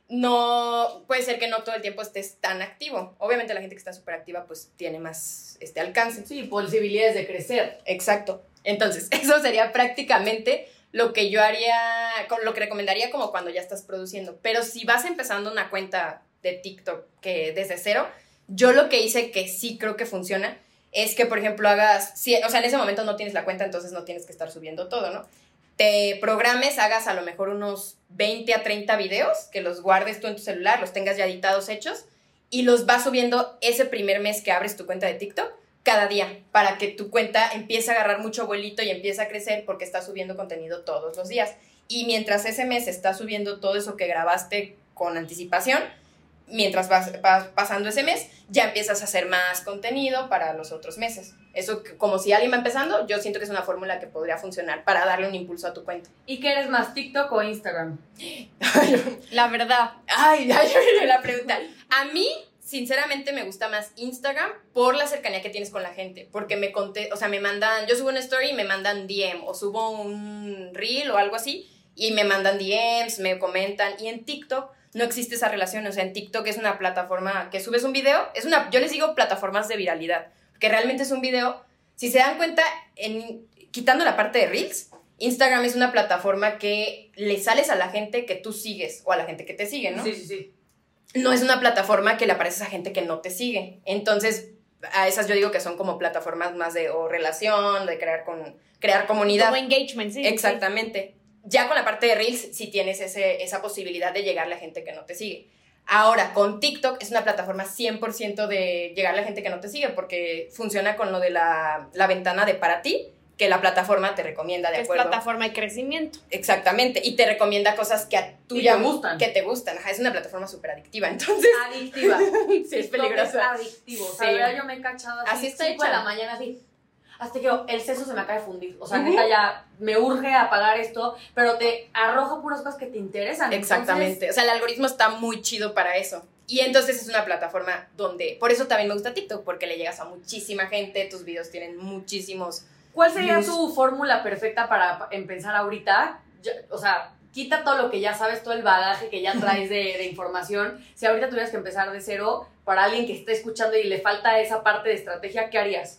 no, puede ser que no todo el tiempo estés tan activo. Obviamente la gente que está súper activa, pues tiene más este alcance. Sí, posibilidades de crecer. Exacto. Entonces, eso sería prácticamente lo que yo haría, lo que recomendaría como cuando ya estás produciendo. Pero si vas empezando una cuenta de TikTok que desde cero, yo lo que hice que sí creo que funciona es que, por ejemplo, hagas, si, o sea, en ese momento no tienes la cuenta, entonces no tienes que estar subiendo todo, ¿no? Te programes, hagas a lo mejor unos veinte a treinta videos, que los guardes tú en tu celular, los tengas ya editados, hechos, y los vas subiendo ese primer mes que abres tu cuenta de TikTok cada día, para que tu cuenta empiece a agarrar mucho vuelito y empiece a crecer porque estás subiendo contenido todos los días. Y mientras ese mes estás subiendo todo eso que grabaste con anticipación, mientras vas, vas pasando ese mes, ya empiezas a hacer más contenido para los otros meses. Eso, como si alguien va empezando, yo siento que es una fórmula que podría funcionar para darle un impulso a tu cuenta. ¿Y qué eres más, TikTok o Instagram? La verdad. Ay, ya yo la pregunta. A mí, sinceramente, me gusta más Instagram por la cercanía que tienes con la gente. Porque me conté, o sea, me mandan, yo subo una story y me mandan D M, o subo un reel o algo así, y me mandan D Ms, me comentan. Y en TikTok no existe esa relación. O sea, en TikTok es una plataforma que subes un video, es una, yo les digo plataformas de viralidad, que realmente es un video. Si se dan cuenta, en, quitando la parte de Reels, Instagram es una plataforma que le sales a la gente que tú sigues o a la gente que te sigue, ¿no? Sí, sí, sí. No es una plataforma que le apareces a gente que no te sigue. Entonces, a esas yo digo que son como plataformas más de o relación, de crear, con, crear comunidad. Como engagement, sí. Exactamente. Sí. Ya con la parte de Reels sí tienes ese, esa posibilidad de llegarle a gente que no te sigue. Ahora, con TikTok es una plataforma cien por ciento de llegarle a gente que no te sigue, porque funciona con lo de la, la ventana de para ti, que la plataforma te recomienda, de que acuerdo. Es plataforma de crecimiento. Exactamente, y te recomienda cosas que a tú y ya te gustan. Que te gustan. Ajá, es una plataforma súper adictiva, entonces. Adictiva. Sí, es peligrosa. Es adictivo. O sea, Sí. ¿verdad? Yo me he cachado así, Así está cinco de hecha. la mañana así. Hasta que el seso se me acaba de fundir. O sea, uh-huh. neta, ya me urge apagar esto, pero te arroja puras cosas que te interesan. Exactamente. Entonces, o sea, el algoritmo está muy chido para eso. Y entonces es una plataforma donde, por eso también me gusta TikTok, porque le llegas a muchísima gente, tus videos tienen muchísimos. ¿Cuál sería views. tu fórmula perfecta para empezar ahorita? Yo, o sea, quita todo lo que ya sabes, todo el bagaje que ya traes de, de información. Si ahorita tuvieras que empezar de cero, para alguien que esté escuchando y le falta esa parte de estrategia, ¿qué harías?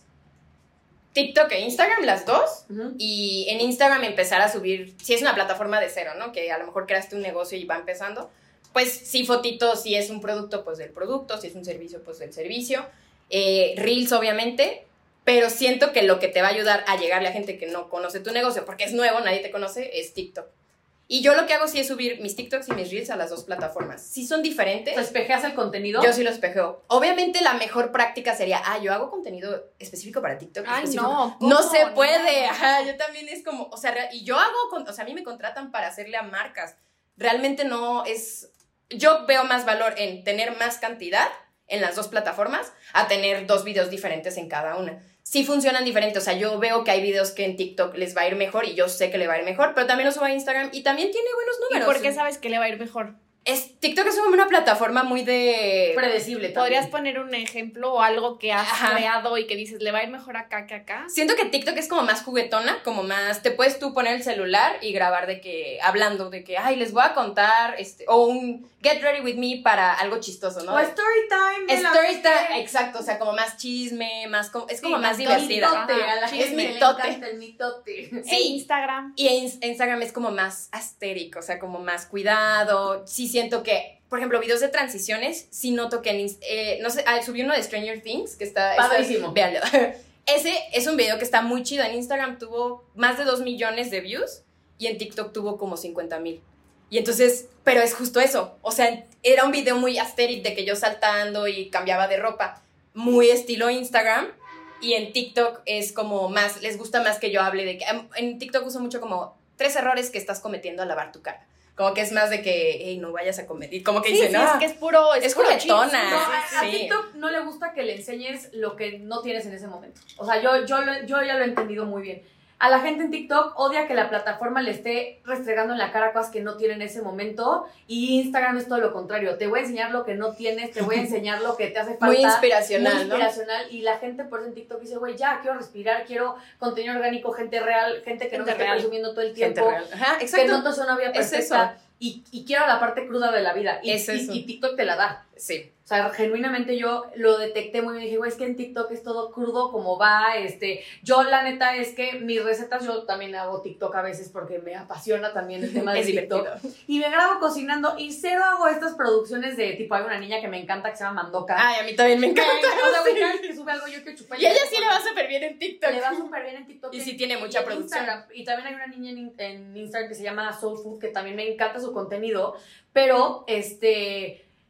TikTok e Instagram, las dos. Uh-huh. Y en Instagram empezar a subir, si es una plataforma de cero, ¿no? Que a lo mejor creaste un negocio y va empezando. Pues sí, fotitos, si es un producto, pues del producto, si es un servicio, pues del servicio. Eh, Reels, obviamente, pero siento que lo que te va a ayudar a llegarle a gente que no conoce tu negocio, porque es nuevo, nadie te conoce, es TikTok. Y yo lo que hago sí es subir mis TikToks y mis Reels a las dos plataformas. Sí son diferentes. ¿Te espejeas el contenido? Yo sí lo espejeo. Obviamente la mejor práctica sería, ah, yo hago contenido específico para TikTok. Ay, específico. no. No se No, puede. no. Ajá, yo también es como, o sea, y yo hago, con, o sea, a mí me contratan para hacerle a marcas. Realmente no es, yo veo más valor en tener más cantidad en las dos plataformas a tener dos videos diferentes en cada una. Sí funcionan diferente, o sea, yo veo que hay videos que en TikTok les va a ir mejor y yo sé que le va a ir mejor, pero también lo subo a Instagram y también tiene buenos números. ¿Y por qué sabes que le va a ir mejor? Es, TikTok es como una plataforma muy de... predecible también. ¿Podrías poner un ejemplo o algo que has Ajá. creado y que dices, le va a ir mejor acá que acá? Siento que TikTok es como más juguetona, como más... Te puedes tú poner el celular y grabar de que... Hablando de que, ay, les voy a contar, este... O un get ready with me para algo chistoso, ¿no? O story time. de la Story gente. time, exacto, o sea, como más chisme, más... Como, es como Sí, más más divertida. mitote, a la Es gente le mitote. encanta el mitote. Sí, Ey. Instagram. Y en Instagram es como más astérico, o sea, como más cuidado. Sí siento que... Por ejemplo, videos de transiciones, sí noto que en... Eh, no sé, ah, subí uno de Stranger Things, que está... Padrísimo. Véanlo. Ese es un video que está muy chido. En Instagram tuvo más de dos millones de views y en TikTok tuvo como cincuenta mil. Y entonces, pero es justo eso. O sea, era un video muy asteric de que yo saltando y cambiaba de ropa. Muy estilo Instagram. Y en TikTok es como más... Les gusta más que yo hable de que... En TikTok uso mucho como tres errores que estás cometiendo al lavar tu cara. Como que es más de que, hey, no vayas a cometer. Como que Sí, dice, sí, no. es que es puro... Es, es puro juguetona. chiste. No, a, a Sí. TikTok no le gusta que le enseñes lo que no tienes en ese momento. O sea, yo, yo, lo- yo ya lo he entendido muy bien. A la gente en TikTok odia que la plataforma le esté restregando en la cara cosas que no tiene en ese momento, y Instagram es todo lo contrario. Te voy a enseñar lo que no tienes, te voy a enseñar lo que te hace falta. Muy inspiracional, Muy ¿no? inspiracional, y la gente por eso en TikTok dice, güey, ya, quiero respirar, quiero contenido orgánico, gente real, gente que no me Gente esté real. presumiendo todo el Gente tiempo. real. Ajá, Que exacto. no te una vida Es perfecta. eso. Y, y quiero la parte cruda de la vida. Y, Es y- eso. y TikTok te la da. Sí. O sea, genuinamente yo lo detecté muy bien. Dije, güey, es que en TikTok es todo crudo como va. Este, yo la neta es que mis recetas, yo también hago TikTok a veces porque me apasiona también el tema de Es TikTok. divertido. Y me grabo cocinando y cero hago estas producciones de tipo, hay una niña que me encanta que se llama Mandoka. Ay, a mí también me Me encanta. encanta, o sea, güey, Sí. cada vez que sube algo yo quiero chupar. Y ella sí le va súper bien en TikTok. Le va súper bien en TikTok. Y sí en- tiene mucha en producción. Instagram. Y también hay una niña en, en Instagram que se llama Soul Food, que también me encanta su contenido. Pero, este,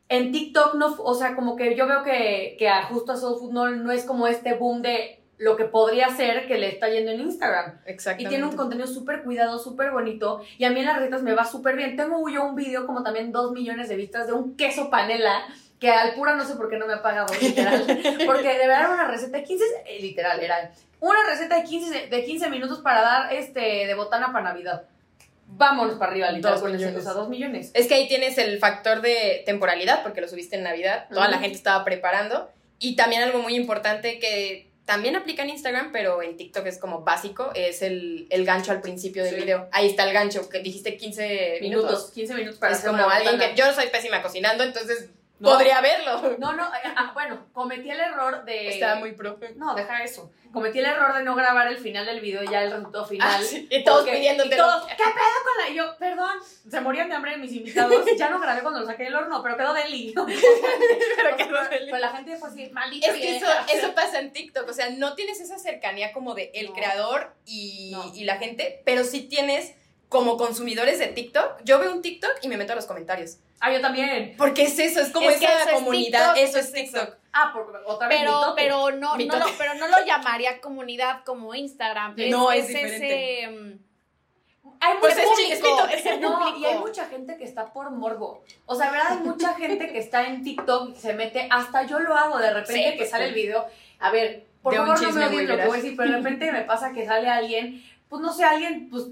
en TikTok no, o sea, como que yo veo que, que a justo a Soul Food no, no es como este boom de lo que podría ser que le está yendo en Instagram. Exactamente. Y tiene un contenido súper cuidado, súper bonito. Y a mí en las recetas me va súper bien. Tengo yo un video como también dos millones de vistas de un queso panela que al pura no sé por qué no me ha pagado, literal. Porque de verdad era una receta de quince, eh, literal, era una receta de quince, de quince minutos para dar este de botana para Navidad. Vámonos para arriba, literal. Dos millones. O sea, dos millones. Es que ahí tienes el factor de temporalidad, porque lo subiste en Navidad, toda uh-huh. la gente estaba preparando. Y también algo muy importante que también aplica en Instagram, pero en TikTok es como básico, es el, el gancho al principio del sí. video. Ahí está el gancho, que dijiste quince minutos. minutos quince minutos para es hacer como una alguien botana. que... Yo soy pésima cocinando, entonces... No, podría verlo. No, no, ah, bueno, cometí el error de... Estaba muy pro. No, deja eso. Cometí el error de no grabar el final del video, ya el resultado final. Ah, sí. Y todos porque, pidiéndote. Y todos, ¿qué pedo con la...? Y yo, perdón, se morían de hambre mis invitados. Ya no grabé cuando lo saqué del horno, pero quedó deli. pero quedó deli. Pero la gente fue así, maldita. Es que eso, eso pasa en TikTok, o sea, no tienes esa cercanía como de el no. creador y, no. y la gente, pero sí tienes como consumidores de TikTok. Yo veo un TikTok y me meto a los comentarios. Ah, yo también. Porque es eso, es como es esa eso comunidad, es eso es TikTok. TikTok. Ah, por, otra vez pero, mi toque. pero, no, mi no toque. lo, pero no lo llamaría comunidad como Instagram. Es, no, es, es diferente. Ese, um, hay pues mucho es público, chiquito, es el no, público. y hay mucha gente que está por morbo. O sea, ¿verdad? Hay mucha gente que está en TikTok y se mete, hasta yo lo hago, de repente sí, que sí. sale el video. A ver, por de favor no me odien lo que voy a decir, pero de repente me pasa que sale alguien, pues no sé, alguien, pues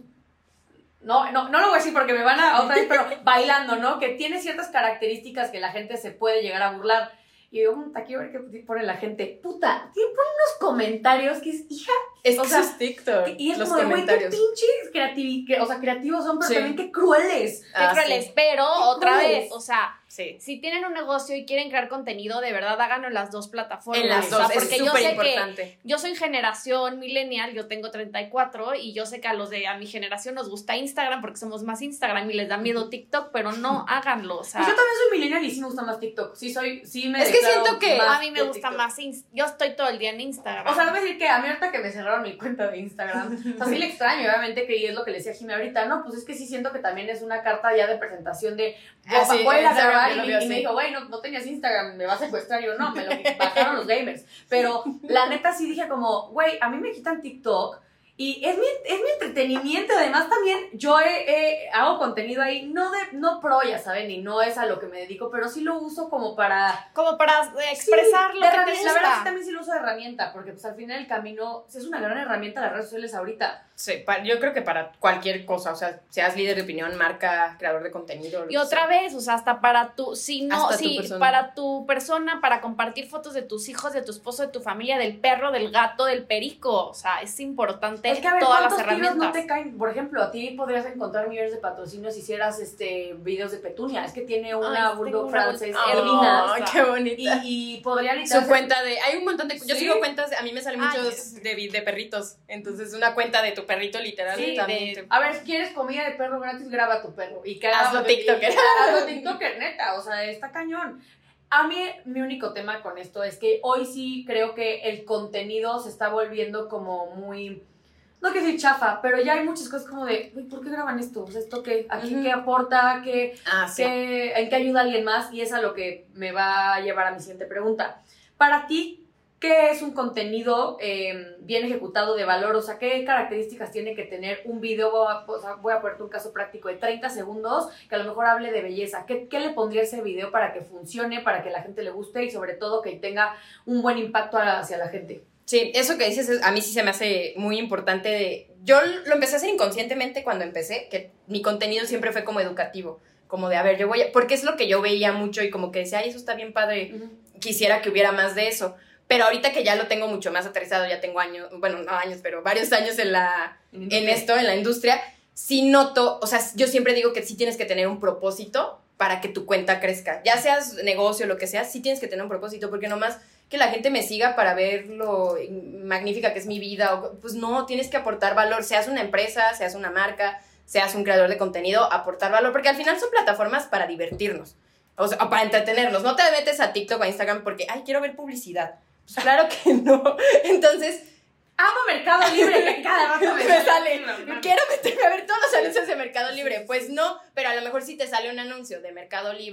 no, no, no lo voy a decir porque me van a otra vez, pero bailando, ¿no? Que tiene ciertas características que la gente se puede llegar a burlar. Y yo, puta, quiero ver qué pone la gente. Puta, tiene unos comentarios que es, hija, es o que sea, es TikTok. y es los como de, güey, qué comentarios. pinches creativi- o sea, creativos son, pero Sí. también qué crueles. Qué Ah, crueles, sí. pero Qué otra crueles. vez, o sea, Sí. si tienen un negocio y quieren crear contenido, de verdad háganlo en las dos plataformas. En las o sea, dos, es porque yo súper sé importante. que yo soy generación millennial, yo tengo treinta y cuatro y yo sé que a los de a mi generación nos gusta Instagram porque somos más Instagram y les da miedo TikTok, pero no háganlo, o sea. Pues yo también soy millennial y sí me gusta más TikTok. Sí soy, sí me Es que declaro siento que más a mí me de gusta TikTok. más, Inst- yo estoy todo el día en Instagram. O sea, debo decir que a mí ahorita que me cerraron mi cuenta de Instagram, o sea, sí le extraño, obviamente, que y es lo que le decía a Jimmy ahorita, no, pues es que sí siento que también es una carta ya de presentación de, Ah, sí, voy a ir a Instagram, grabar yo y, lo me- veo y me así. dijo, güey, no, no tenías Instagram, me vas a secuestrar, y yo, no, me lo bajaron los gamers, pero la neta sí dije como, güey, a mí me quitan TikTok, y es mi, es mi entretenimiento, además también yo he, he- hago contenido ahí, no de no pro, ya saben, y no es a lo que me dedico, pero sí lo uso como para... como para eh, expresar Sí, lo de que te herramienta. gusta. La verdad sí también sí lo uso de herramienta, porque pues al final el camino es una gran herramienta las redes sociales ahorita. Sí, pa- yo creo que para cualquier cosa, o sea, seas líder de opinión, marca, creador de contenido. lo Y que otra sea. vez, o sea, hasta para tu, si no, Hasta tu si persona. para tu persona, para compartir fotos de tus hijos, de tu esposo, de tu familia, del perro, del gato, del perico, o sea, es importante Es que a ver, todas las ¿cuántos tiros herramientas. no te caen? Por ejemplo, a ti podrías encontrar millones de patrocinios si hicieras este, videos de Petunia. Es que tiene una Ay, bulldog tengo una francés, bolsa- Ermina. Ay, qué bonita. Y, y podría Su literalmente... cuenta de... Hay un montón de... Yo Sí. sigo cuentas, a mí me salen Ay, muchos de, vi- de perritos. Entonces, una cuenta de tu perrito literal. Sí, también de- te- a ver, si quieres comida de perro gratis, graba a tu perro. Y que haga- Hazlo y- TikToker. Hazlo TikToker, neta. O sea, está cañón. A mí, mi único tema con esto es que hoy sí creo que el contenido se está volviendo como muy... No quiero decir chafa, pero ya hay muchas cosas como de, "Uy, ¿por qué graban esto? O sea, ¿esto qué? ¿Aquí Ujú. qué aporta? ¿Qué, Ah, sí. qué- ¿En qué ayuda a alguien más?" Y es a lo que me va a llevar a mi siguiente pregunta. Para ti, ¿qué es un contenido eh, bien ejecutado de valor? O sea, ¿qué características tiene que tener un video? Voy a, o sea, voy a ponerte un caso práctico de treinta segundos que a lo mejor hable de belleza. ¿Qué, qué le pondría a ese video para que funcione, para que la gente le guste y sobre todo que tenga un buen impacto hacia la gente? Sí, eso que dices es- a mí sí se me hace muy importante. De, yo lo empecé a hacer inconscientemente cuando empecé, que mi contenido siempre fue como educativo, como de, a ver, yo voy a... Porque es lo que yo veía mucho y como que decía, ay, eso está bien padre, quisiera que hubiera más de eso. Pero ahorita que ya lo tengo mucho más aterrizado, ya tengo años, bueno, no años, pero varios años en, la, en esto, en la industria, sí noto, o sea, yo siempre digo que sí tienes que tener un propósito para que tu cuenta crezca. Ya seas negocio, lo que sea, sí tienes que tener un propósito, porque nomás que la gente me siga para ver lo magnífica que es mi vida, o, pues no, tienes que aportar valor, seas una empresa, seas una marca, seas un creador de contenido, aportar valor, porque al final son plataformas para divertirnos, o sea, o para entretenernos. No te metes a TikTok o a Instagram porque, ay, quiero ver publicidad. Pues claro que no. Entonces, amo Mercado Libre, que cada rato me, me sale, No, quiero meterme a ver todos los anuncios de Mercado Libre. Pues no, pero a lo mejor si te sale un anuncio de Mercado Libre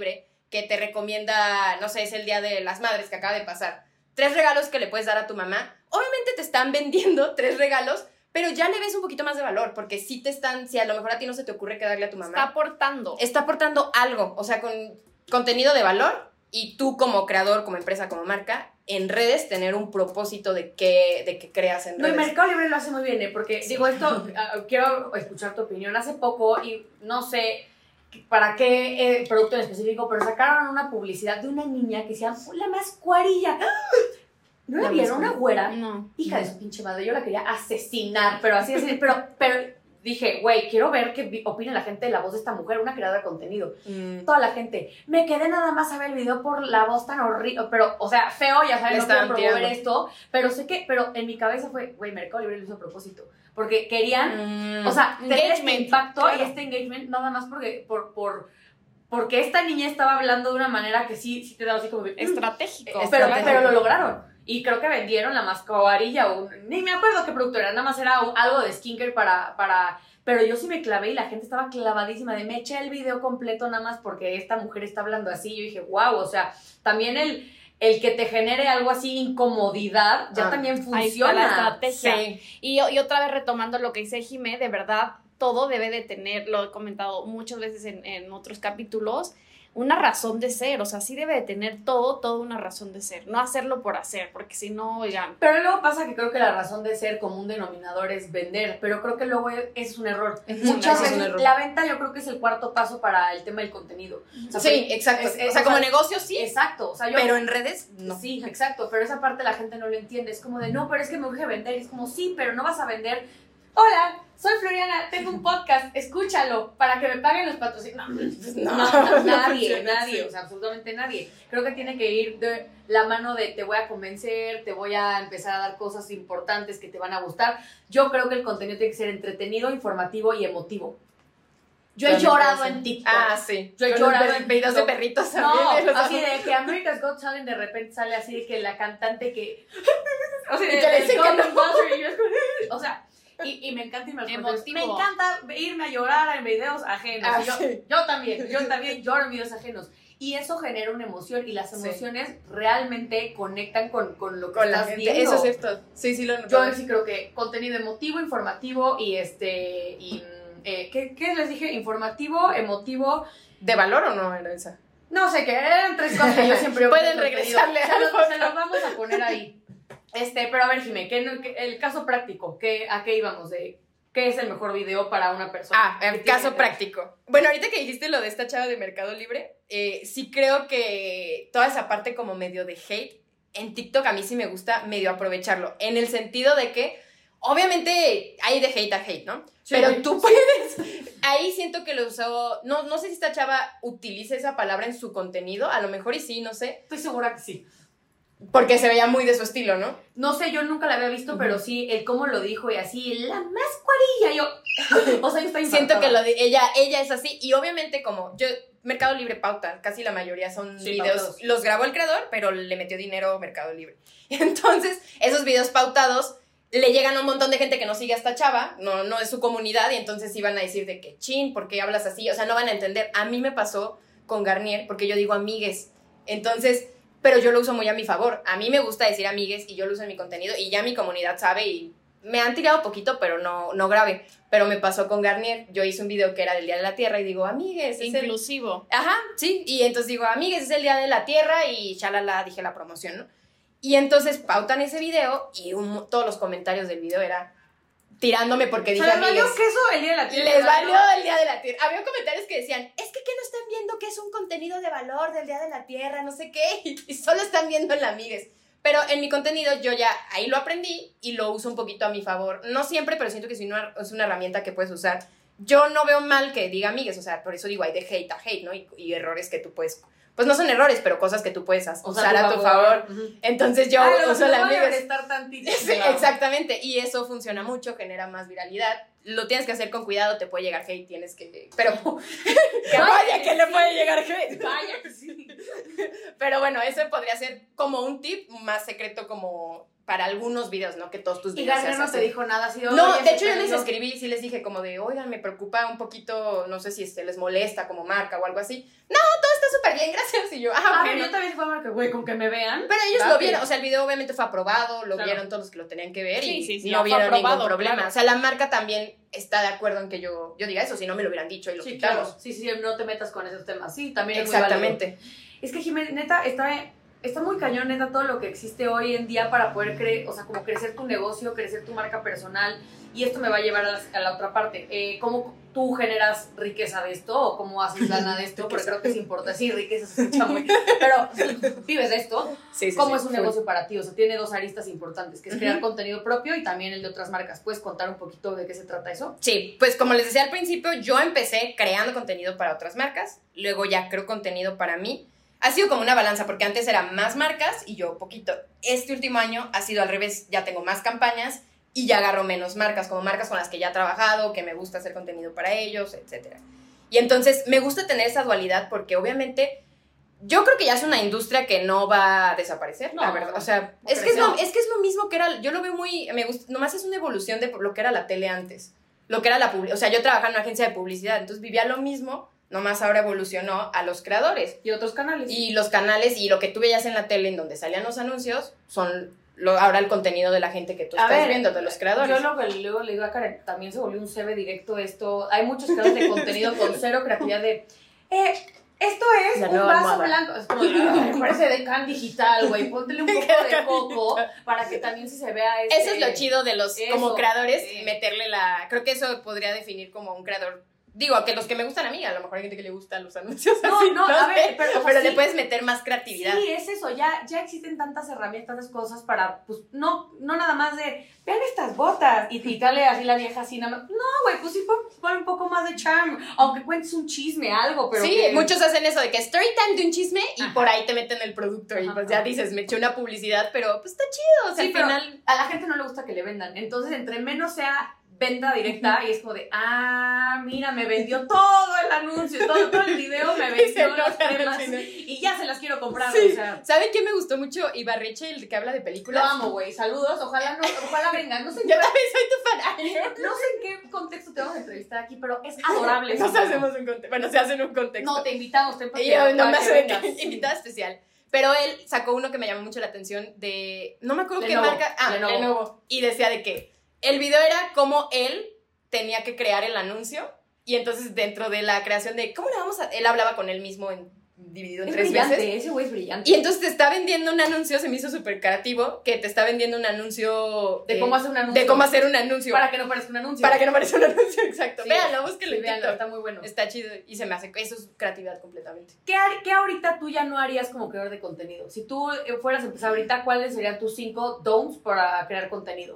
que te recomienda, no sé, es el Día de las Madres que acaba de pasar. Tres regalos que le puedes dar a tu mamá. Obviamente te están vendiendo tres regalos, pero ya le ves un poquito más de valor, porque sí te están, si a lo mejor a ti no se te ocurre qué darle a tu mamá. Está aportando. Está aportando algo, o sea, con contenido de valor, y tú como creador, como empresa, como marca, en redes tener un propósito de que, de que creas en No, y redes. Mercado Libre lo hace muy bien, ¿eh? Porque, digo, esto, uh, quiero escuchar tu opinión. Hace poco, y no sé para qué eh, producto en específico, pero sacaron una publicidad de una niña que se llama la mascuarilla. ¿No la, la vieron? Una güera. No. Hija no. de su pinche madre. Yo la quería asesinar, pero así, así. Pero, pero dije, güey, quiero ver qué opina la gente de la voz de esta mujer, una creadora de contenido. Mm. Toda la gente. Me quedé nada más a ver el video por la voz tan horrible. Pero, o sea, feo, ya saben, no quiero promover esto. Pero sé que, pero en mi cabeza fue, güey, Mercado Libre lo hizo a propósito. Porque querían, mm. o sea, tener este impacto claro. y este engagement nada más porque, por, por, porque esta niña estaba hablando de una manera que sí, sí te daba así como... Estratégico. Eh, pero, pero lo lograron. Y creo que vendieron la mascarilla o ni me acuerdo qué producto era, nada más era algo de skincare para, para... Pero yo sí me clavé y la gente estaba clavadísima de me eché el video completo nada más porque esta mujer está hablando así. Yo dije, wow, o sea, también el, el que te genere algo así, incomodidad, ya ah, también funciona. Ahí está la estrategia. Sí. Y, y otra vez retomando lo que dice Jimé, de verdad, todo debe de tener, lo he comentado muchas veces en, en otros capítulos, una razón de ser, o sea, sí debe de tener todo, todo una razón de ser, no hacerlo por hacer, porque si no, oigan. Pero luego pasa que creo que la razón de ser como un denominador es vender, pero creo que luego eso es un error. Es Muchas veces un error. La venta yo creo que es el cuarto paso para el tema del contenido. O sea, sí, exacto. Es, es, o sea, como negocio sí. Exacto. O sea, yo, pero en redes no. Sí, exacto, pero esa parte la gente no lo entiende, es como de, no, pero es que me urge vender, y es como, sí, pero no vas a vender. Hola, soy Floriana, tengo un podcast, escúchalo, para que me paguen los patrocinios. No, no, no, nadie, nadie, o sea, absolutamente nadie. Creo que tiene que ir de la mano de te voy a convencer, te voy a empezar a dar cosas importantes que te van a gustar. Yo creo que el contenido tiene que ser entretenido, informativo y emotivo. Yo he llorado en TikTok. Ah, sí. Yo he llorado en videos de perritos. No, así de que America's Got Talent de repente sale así de que la cantante que... O sea, de, que le dice que no. O sea... Y, y me encanta irme a los Me encanta irme a llorar en videos ajenos. Ah, yo, sí. yo también, yo también lloro en videos ajenos. Y eso genera una emoción y las emociones sí. realmente conectan con, con lo que con estás la gente. viendo. Eso es cierto. Sí, sí lo noto. Yo sí creo que contenido emotivo, informativo y este... Y, eh, ¿qué, ¿Qué les dije? Informativo, emotivo. ¿De valor o no era esa? No sé, que eran tres cosas que yo siempre... Pueden regresarle a los, se los vamos a poner ahí. Este, pero a ver, Jimé, ¿qué, qué, el caso práctico, ¿qué, ¿a qué íbamos? De, ¿qué es el mejor video para una persona? Ah, el caso práctico. Bueno, ahorita que dijiste lo de esta chava de Mercado Libre, eh, sí creo que toda esa parte como medio de hate, en TikTok a mí sí me gusta medio aprovecharlo, en el sentido de que, obviamente, hay de hate a hate, ¿no? Sí, pero sí, tú puedes, sí. Ahí siento que lo usó, no, no sé si esta chava utiliza esa palabra en su contenido, a lo mejor y sí, no sé. Estoy segura que sí. Porque se veía muy de su estilo, ¿no? No sé, yo nunca la había visto, uh-huh. pero sí, el cómo lo dijo y así, la mascarilla, yo... O sea, yo estoy siento que lo de, ella, ella es así, y obviamente como yo, Mercado Libre pauta, casi la mayoría son sí, videos, pautados. Los grabó el creador, pero le metió dinero Mercado Libre. Entonces, esos videos pautados le llegan a un montón de gente que no sigue a esta chava, no, no es su comunidad, y entonces iban a decir de que, chin, ¿por qué hablas así? O sea, no van a entender. A mí me pasó con Garnier, porque yo digo amigues, entonces... Pero yo lo uso muy a mi favor. A mí me gusta decir amigues y yo lo uso en mi contenido y ya mi comunidad sabe y me han tirado poquito, pero no, no grave. Pero me pasó con Garnier. Yo hice un video que era del Día de la Tierra y digo, amigues. Es inclusivo. El... Ajá, sí. Y entonces digo, amigues, es el Día de la Tierra y shalala, dije la promoción, ¿no? Y entonces pautan ese video y un, todos los comentarios del video era... tirándome porque dije amigues. ¿Les valió queso el Día de la Tierra? Les valió el Día de la Tierra. Había comentarios que decían, es que ¿qué no están viendo que es un contenido de valor del Día de la Tierra? No sé qué. Y solo están viendo el amigues. Pero en mi contenido yo ya ahí lo aprendí y lo uso un poquito a mi favor. No siempre, pero siento que es una, es una herramienta que puedes usar. Yo no veo mal que diga amigues, o sea, por eso digo, hay de hate a hate, ¿no? Y, y errores que tú puedes... Pues no son errores, pero cosas que tú puedes usar o sea, a tu favor. Uh-huh. Entonces yo ah, uso la amiga. Estar tantito. Sí, exactamente. Y eso funciona mucho, genera más viralidad. Lo tienes que hacer con cuidado, te puede llegar hate, tienes que... Pero que vaya que le puede llegar hate. Vaya que sí. Pero bueno, eso podría ser como un tip más secreto como para algunos videos, no que todos tus Y videos Garner seas no así. te dijo nada así. No, "Oye, de se hecho yo les perdió". escribí, sí les dije como de, oigan, me preocupa un poquito, no sé si este, les molesta como marca o algo así. No, todo está súper bien, gracias. Y yo, ah, A bueno. ver, yo también fue marca, güey, con que me vean. Pero ellos date. lo vieron, o sea, el video obviamente fue aprobado, lo Claro. vieron todos los que lo tenían que ver Sí, y sí, sí, no fue vieron aprobado, ningún problema. claro. O sea, la marca también está de acuerdo en que yo, yo diga eso, si no me lo hubieran dicho y lo Sí, quitamos. claro. Sí, sí, no te metas con esos temas. Sí, también es muy válido. Exactamente. Es que, Jiménez, neta, está, está muy cañón, neta, todo lo que existe hoy en día para poder creer, o sea, como crecer tu negocio, crecer tu marca personal. Y esto me va a llevar a la, a la otra parte. Eh, ¿Cómo tú generas riqueza de esto? ¿O cómo haces lana de esto? Porque creo que es importante. Sí, riqueza se escucha muy... Pero vives de esto. Sí, sí, ¿Cómo sí, es un full. negocio para ti? O sea, tiene dos aristas importantes, que es crear Ujú. contenido propio y también el de otras marcas. ¿Puedes contar un poquito de qué se trata eso? Sí, pues como les decía al principio, yo empecé creando contenido para otras marcas, luego ya creo contenido para mí. Ha sido como una balanza, porque antes eran más marcas y yo poquito. Este último año ha sido al revés, ya tengo más campañas y ya agarro menos marcas, como marcas con las que ya he trabajado, que me gusta hacer contenido para ellos, etcétera. Y entonces me gusta tener esa dualidad porque obviamente yo creo que ya es una industria que no va a desaparecer, No, la verdad. O sea, no es que es, creció. lo, es que es lo mismo que era, yo lo veo muy, me gusta, nomás es una evolución de lo que era la tele antes, lo que era la publicidad. O sea, yo trabajaba en una agencia de publicidad, entonces vivía lo mismo, nomás ahora evolucionó a los creadores. Y otros canales. Y los canales y lo que tú veías en la tele en donde salían los anuncios son lo, ahora el contenido de la gente que tú A estás ver, viendo, de los creadores. Yo lo que luego le digo a Karen, también se volvió un C V directo esto. Hay muchos creadores de contenido con cero creatividad de, eh, esto es La un nueva vaso moda. blanco. Es como, "Ay, parece de can digital, güey. Póntele un poco de coco para que también sí se vea este... Eso es lo chido de los Eso, como creadores, sí. meterle la... Creo que eso podría definir como un creador. Digo, que los que me gustan a mí, a lo mejor hay gente que le gustan los anuncios No, así, no, a sé, ver, pero, o sea, pero sí. le puedes meter más creatividad. Sí, es eso, ya, ya existen tantas herramientas, tantas cosas para, pues, no, no nada más de, vean estas botas, y, y dale así la vieja así nada más. No, güey, pues sí, pon, pon un poco más de charm, aunque cuentes un chisme, algo, pero sí, que- muchos hacen eso de que story time de un chisme y Ajá. por ahí te meten el producto y Ajá, pues ya ajá. dices, me eché una publicidad, pero pues está chido, o sea, Sí, al pero final... a la gente no le gusta que le vendan, entonces entre menos sea venta directa y es como de, ah, mira, me vendió todo el anuncio, todo, todo el video me Y se vendió las enojan al cremas final. y ya se las quiero comprar, Sí. o sea... ¿Saben qué me gustó mucho? Ibarreche, el que habla de Lo películas. amo, güey, saludos, ojalá no, ojalá vengan, no sé en Yo qué también soy tu fan. Ay, No sé en qué contexto te vamos a entrevistar aquí, pero es adorable. Nos ese hacemos un contexto. Bueno, se hace en un contexto. No, te invitamos, ten Y yo nomás soy vengas. invitada especial. Pero él sacó uno que me llamó mucho la atención de... No me acuerdo Lenovo, qué marca... Ah, Lenovo. Lenovo. Y decía de que el video era como él tenía que crear el anuncio. Y entonces dentro de la creación de... ¿Cómo le vamos a...? Él hablaba con él mismo en, dividido en Es tres brillante, veces. ese güey es brillante. Y entonces te está vendiendo un anuncio, se me hizo súper creativo, que te está vendiendo un anuncio... de eh, cómo hacer un anuncio. de cómo hacer un anuncio. Para que no parezca un anuncio. Para que no parezca un anuncio, exacto. Sí, Véanlo, búsquenlo sí, en véanlo, TikTok. está muy bueno. Está chido y se me hace... Eso es creatividad completamente. ¿Qué, har- ¿Qué ahorita tú ya no harías como creador de contenido? Si tú eh, fueras a empezar ahorita, ¿cuáles serían tus cinco don'ts para crear contenido?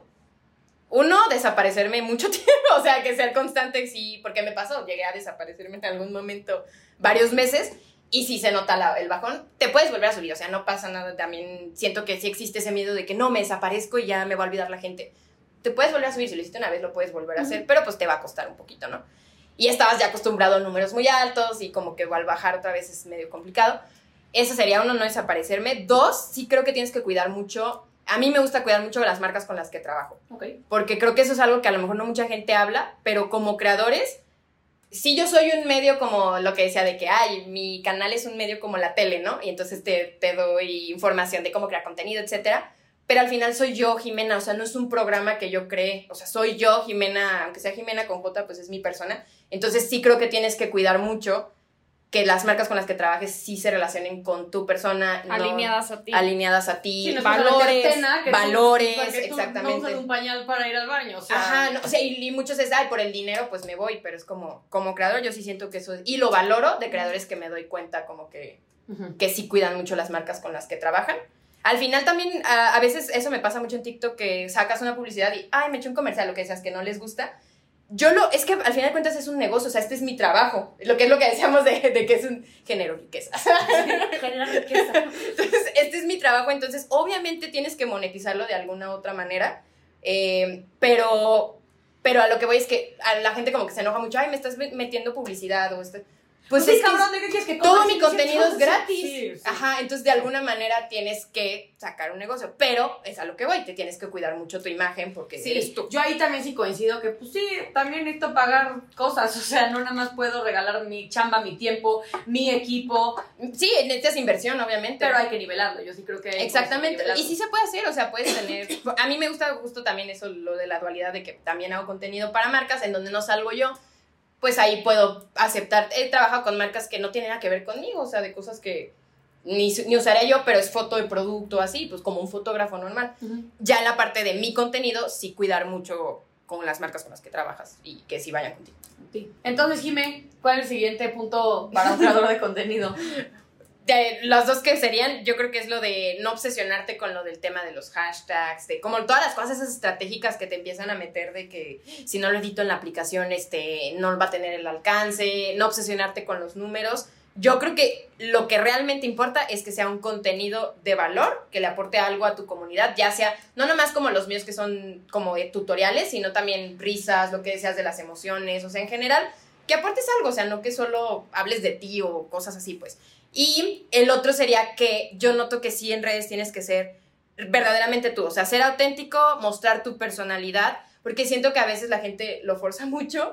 Uno, desaparecerme mucho tiempo, o sea, que ser constante, sí, porque me pasó, llegué a desaparecerme en algún momento varios meses y sí se nota la- el bajón, te puedes volver a subir, o sea, no pasa nada, también siento que sí existe ese miedo de que no, me desaparezco y ya me va a olvidar la gente. Te puedes volver a subir, si lo hiciste una vez lo puedes volver a hacer, pero pues te va a costar un poquito, ¿no? Y estabas ya acostumbrado a números muy altos y como que al bajar otra vez es medio complicado. Eso sería uno, no desaparecerme. Dos, sí creo que tienes que cuidar mucho. A mí me gusta cuidar mucho de las marcas con las que trabajo, Ok. porque creo que eso es algo que a lo mejor no mucha gente habla, pero como creadores, sí yo soy un medio como lo que decía de que, ay, mi canal es un medio como la tele, ¿no? Y entonces te, te doy información de cómo crear contenido, etcétera. Pero al final soy yo, Jimena, o sea, no es un programa que yo cree, o sea, soy yo, Jimena, aunque sea Jimena con J, pues es mi persona. Entonces sí creo que tienes que cuidar mucho que las marcas con las que trabajes sí se relacionen con tu persona. no- Alineadas a ti. alineadas a ti, Sí, no es valores, una tena que tú- valores, porque tú exactamente. no usas un pañal para ir al baño, o sea... Ajá, no, o sea, y, y muchos es, ay, por el dinero, pues me voy, pero es como, como creador yo sí siento que eso es, y lo valoro de creadores que me doy cuenta como que, Ujú. que sí cuidan mucho las marcas con las que trabajan. Al final también, a, a veces eso me pasa mucho en TikTok, que sacas una publicidad y, ay, me eché un comercial, lo que decías, que no les gusta. Yo lo, es que al final de cuentas es un negocio, o sea, este es mi trabajo, lo que es lo que decíamos de, de que es un género riqueza. Genera riqueza. Entonces, este es mi trabajo, entonces obviamente tienes que monetizarlo de alguna otra manera, eh, pero, pero a lo que voy es que a la gente como que se enoja mucho, ay, me estás metiendo publicidad o este... Pues sí, es que cabrón, ¿de qué quieres que todo comas? mi Sí, contenido sí, es gratis. sí, sí. Ajá, entonces de alguna manera tienes que sacar un negocio, pero es a lo que voy, te tienes que cuidar mucho tu imagen porque Sí, eres tú. yo ahí también sí coincido que, pues sí, también necesito pagar cosas, o sea, no nada más puedo regalar mi chamba, mi tiempo, mi equipo. Sí, necesitas inversión, obviamente. Pero hay que nivelarlo, yo sí creo que... Exactamente, y sí se puede hacer, o sea, puedes tener... A mí me gusta justo también eso, lo de la dualidad de que también hago contenido para marcas en donde no salgo yo, pues ahí puedo aceptar. He trabajado con marcas que no tienen nada que ver conmigo, o sea, de cosas que ni, ni usaría yo, pero es foto de producto así, pues como un fotógrafo normal. Uh-huh. Ya en la parte de mi contenido, sí cuidar mucho con las marcas con las que trabajas y que sí vayan contigo. Sí. Entonces, Jimé, ¿cuál es el siguiente punto para un creador de contenido? De los dos que serían, yo creo que es lo de no obsesionarte con lo del tema de los hashtags, de como todas las cosas esas estratégicas que te empiezan a meter de que si no lo edito en la aplicación, este, no va a tener el alcance, no obsesionarte con los números. Yo creo que lo que realmente importa es que sea un contenido de valor, que le aporte algo a tu comunidad, ya sea, no nomás como los míos que son como tutoriales, sino también risas, lo que decías de las emociones, o sea, en general, que aportes algo, o sea, no que solo hables de ti o cosas así, pues. Y el otro sería que yo noto que sí en redes tienes que ser verdaderamente tú, o sea, ser auténtico, mostrar tu personalidad, porque siento que a veces la gente lo forza mucho,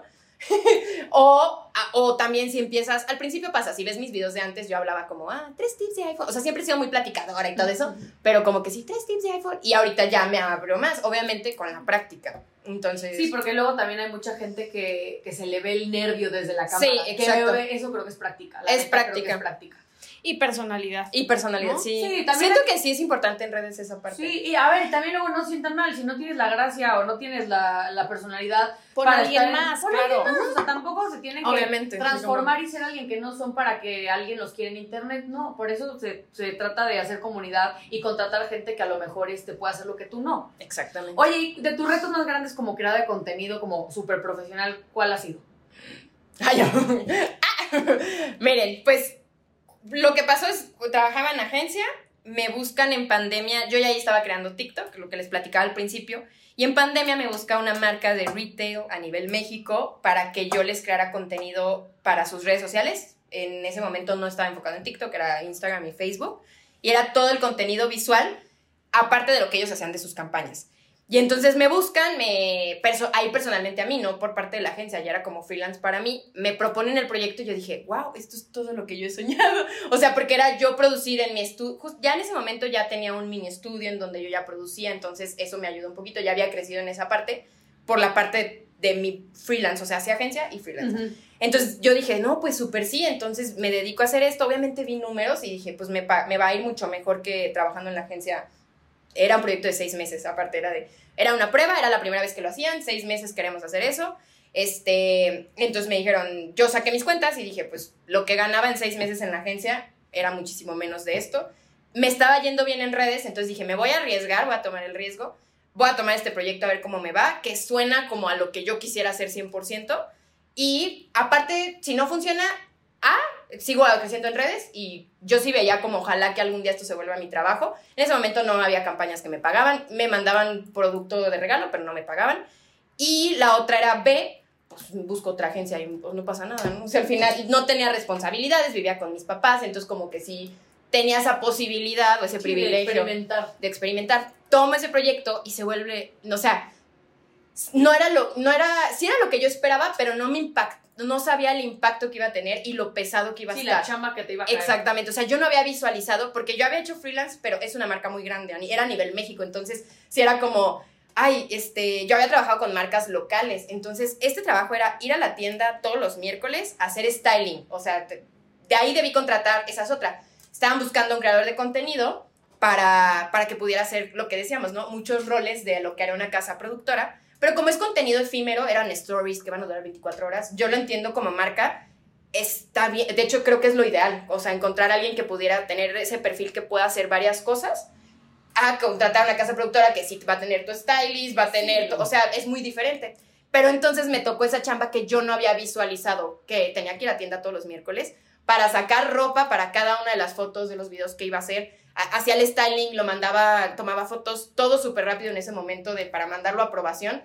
o, o también si empiezas, al principio pasa, si ves mis videos de antes, yo hablaba como, ah, tres tips de iPhone, o sea, siempre he sido muy platicadora y todo eso, pero como que sí, tres tips de iPhone, y ahorita ya me abro más, obviamente con la práctica. Entonces... Sí, porque luego también hay mucha gente que, que se le ve el nervio desde la cámara. Sí, exacto. Que eso creo que es práctica. La es práctica. Creo que es práctica. Y personalidad. Y personalidad, ¿no? Sí. sí también Siento hay... que sí es importante en redes esa parte. Sí, y a ver, también luego no sientan mal, si no tienes la gracia o no tienes la, la personalidad... Por para alguien más, por claro. Alguien más. O sea, tampoco se tienen Obviamente, que transformar sí, y ser alguien que no son para que alguien los quiera en internet. No, por eso se, se trata de hacer comunidad y contratar gente que a lo mejor este, pueda hacer lo que tú no. Exactamente. Oye, de tus retos más grandes como creador de contenido, como súper profesional, ¿cuál ha sido? Ay, Miren, pues... Lo que pasó es, trabajaba en agencia, me buscan en pandemia, yo ya ahí estaba creando TikTok, lo que les platicaba al principio, y en pandemia me busca una marca de retail a nivel México para que yo les creara contenido para sus redes sociales. En ese momento no estaba enfocado en TikTok, era Instagram y Facebook, y era todo el contenido visual, aparte de lo que ellos hacían de sus campañas. Y entonces me buscan, me perso- ahí personalmente a mí, no por parte de la agencia, ya era como freelance para mí, me proponen el proyecto y yo dije, wow, esto es todo lo que yo he soñado. O sea, porque era yo producir en mi estudio, ya en ese momento ya tenía un mini estudio en donde yo ya producía, entonces eso me ayudó un poquito, ya había crecido en esa parte, por la parte de mi freelance, o sea, hacía agencia y freelance. Uh-huh. Entonces yo dije, no, pues súper sí, entonces me dedico a hacer esto, obviamente vi números y dije, pues me, pa- me va a ir mucho mejor que trabajando en la agencia. Era un proyecto de seis meses, aparte era de... Era una prueba, era la primera vez que lo hacían, seis meses queremos hacer eso. Este, entonces me dijeron, yo saqué mis cuentas y dije, pues lo que ganaba en seis meses en la agencia era muchísimo menos de esto. Me estaba yendo bien en redes, entonces dije, me voy a arriesgar, voy a tomar el riesgo, voy a tomar este proyecto a ver cómo me va, que suena como a lo que yo quisiera hacer cien por ciento. Y aparte, si no funciona, ah, sigo creciendo en redes y yo sí veía como ojalá que algún día esto se vuelva mi trabajo. En ese momento no había campañas que me pagaban, me mandaban producto de regalo, pero no me pagaban. Y la otra era B, pues busco otra agencia y pues no pasa nada, ¿no? O sea, al final no tenía responsabilidades, vivía con mis papás, entonces como que sí tenía esa posibilidad o ese sí, privilegio de experimentar. de experimentar. Tomo ese proyecto y se vuelve, o sea, no era lo, no era, sí era lo que yo esperaba, pero no me impactó. No sabía el impacto que iba a tener y lo pesado que iba a sí, estar. Sí, la chamba que te iba a caer. Exactamente, o sea, yo no había visualizado, porque yo había hecho freelance, pero es una marca muy grande, era a nivel México, entonces sí era como, ay, este, yo había trabajado con marcas locales, entonces este trabajo era ir a la tienda todos los miércoles a hacer styling, o sea, de, de ahí debí contratar, esa es otra. Estaban buscando un creador de contenido para, para que pudiera hacer lo que decíamos, ¿no? Muchos roles de lo que era una casa productora. Pero como es contenido efímero, eran stories que van a durar veinticuatro horas. Yo lo entiendo como marca, está bien. De hecho, creo que es lo ideal. O sea, encontrar a alguien que pudiera tener ese perfil que pueda hacer varias cosas, a contratar a una casa productora que sí va a tener tu stylist, va a tener... Sí. O sea, es muy diferente. Pero entonces me tocó esa chamba que yo no había visualizado, que tenía que ir a tienda todos los miércoles para sacar ropa para cada una de las fotos de los videos que iba a hacer. Hacía el styling, lo mandaba, tomaba fotos, todo súper rápido en ese momento de, para mandarlo a aprobación.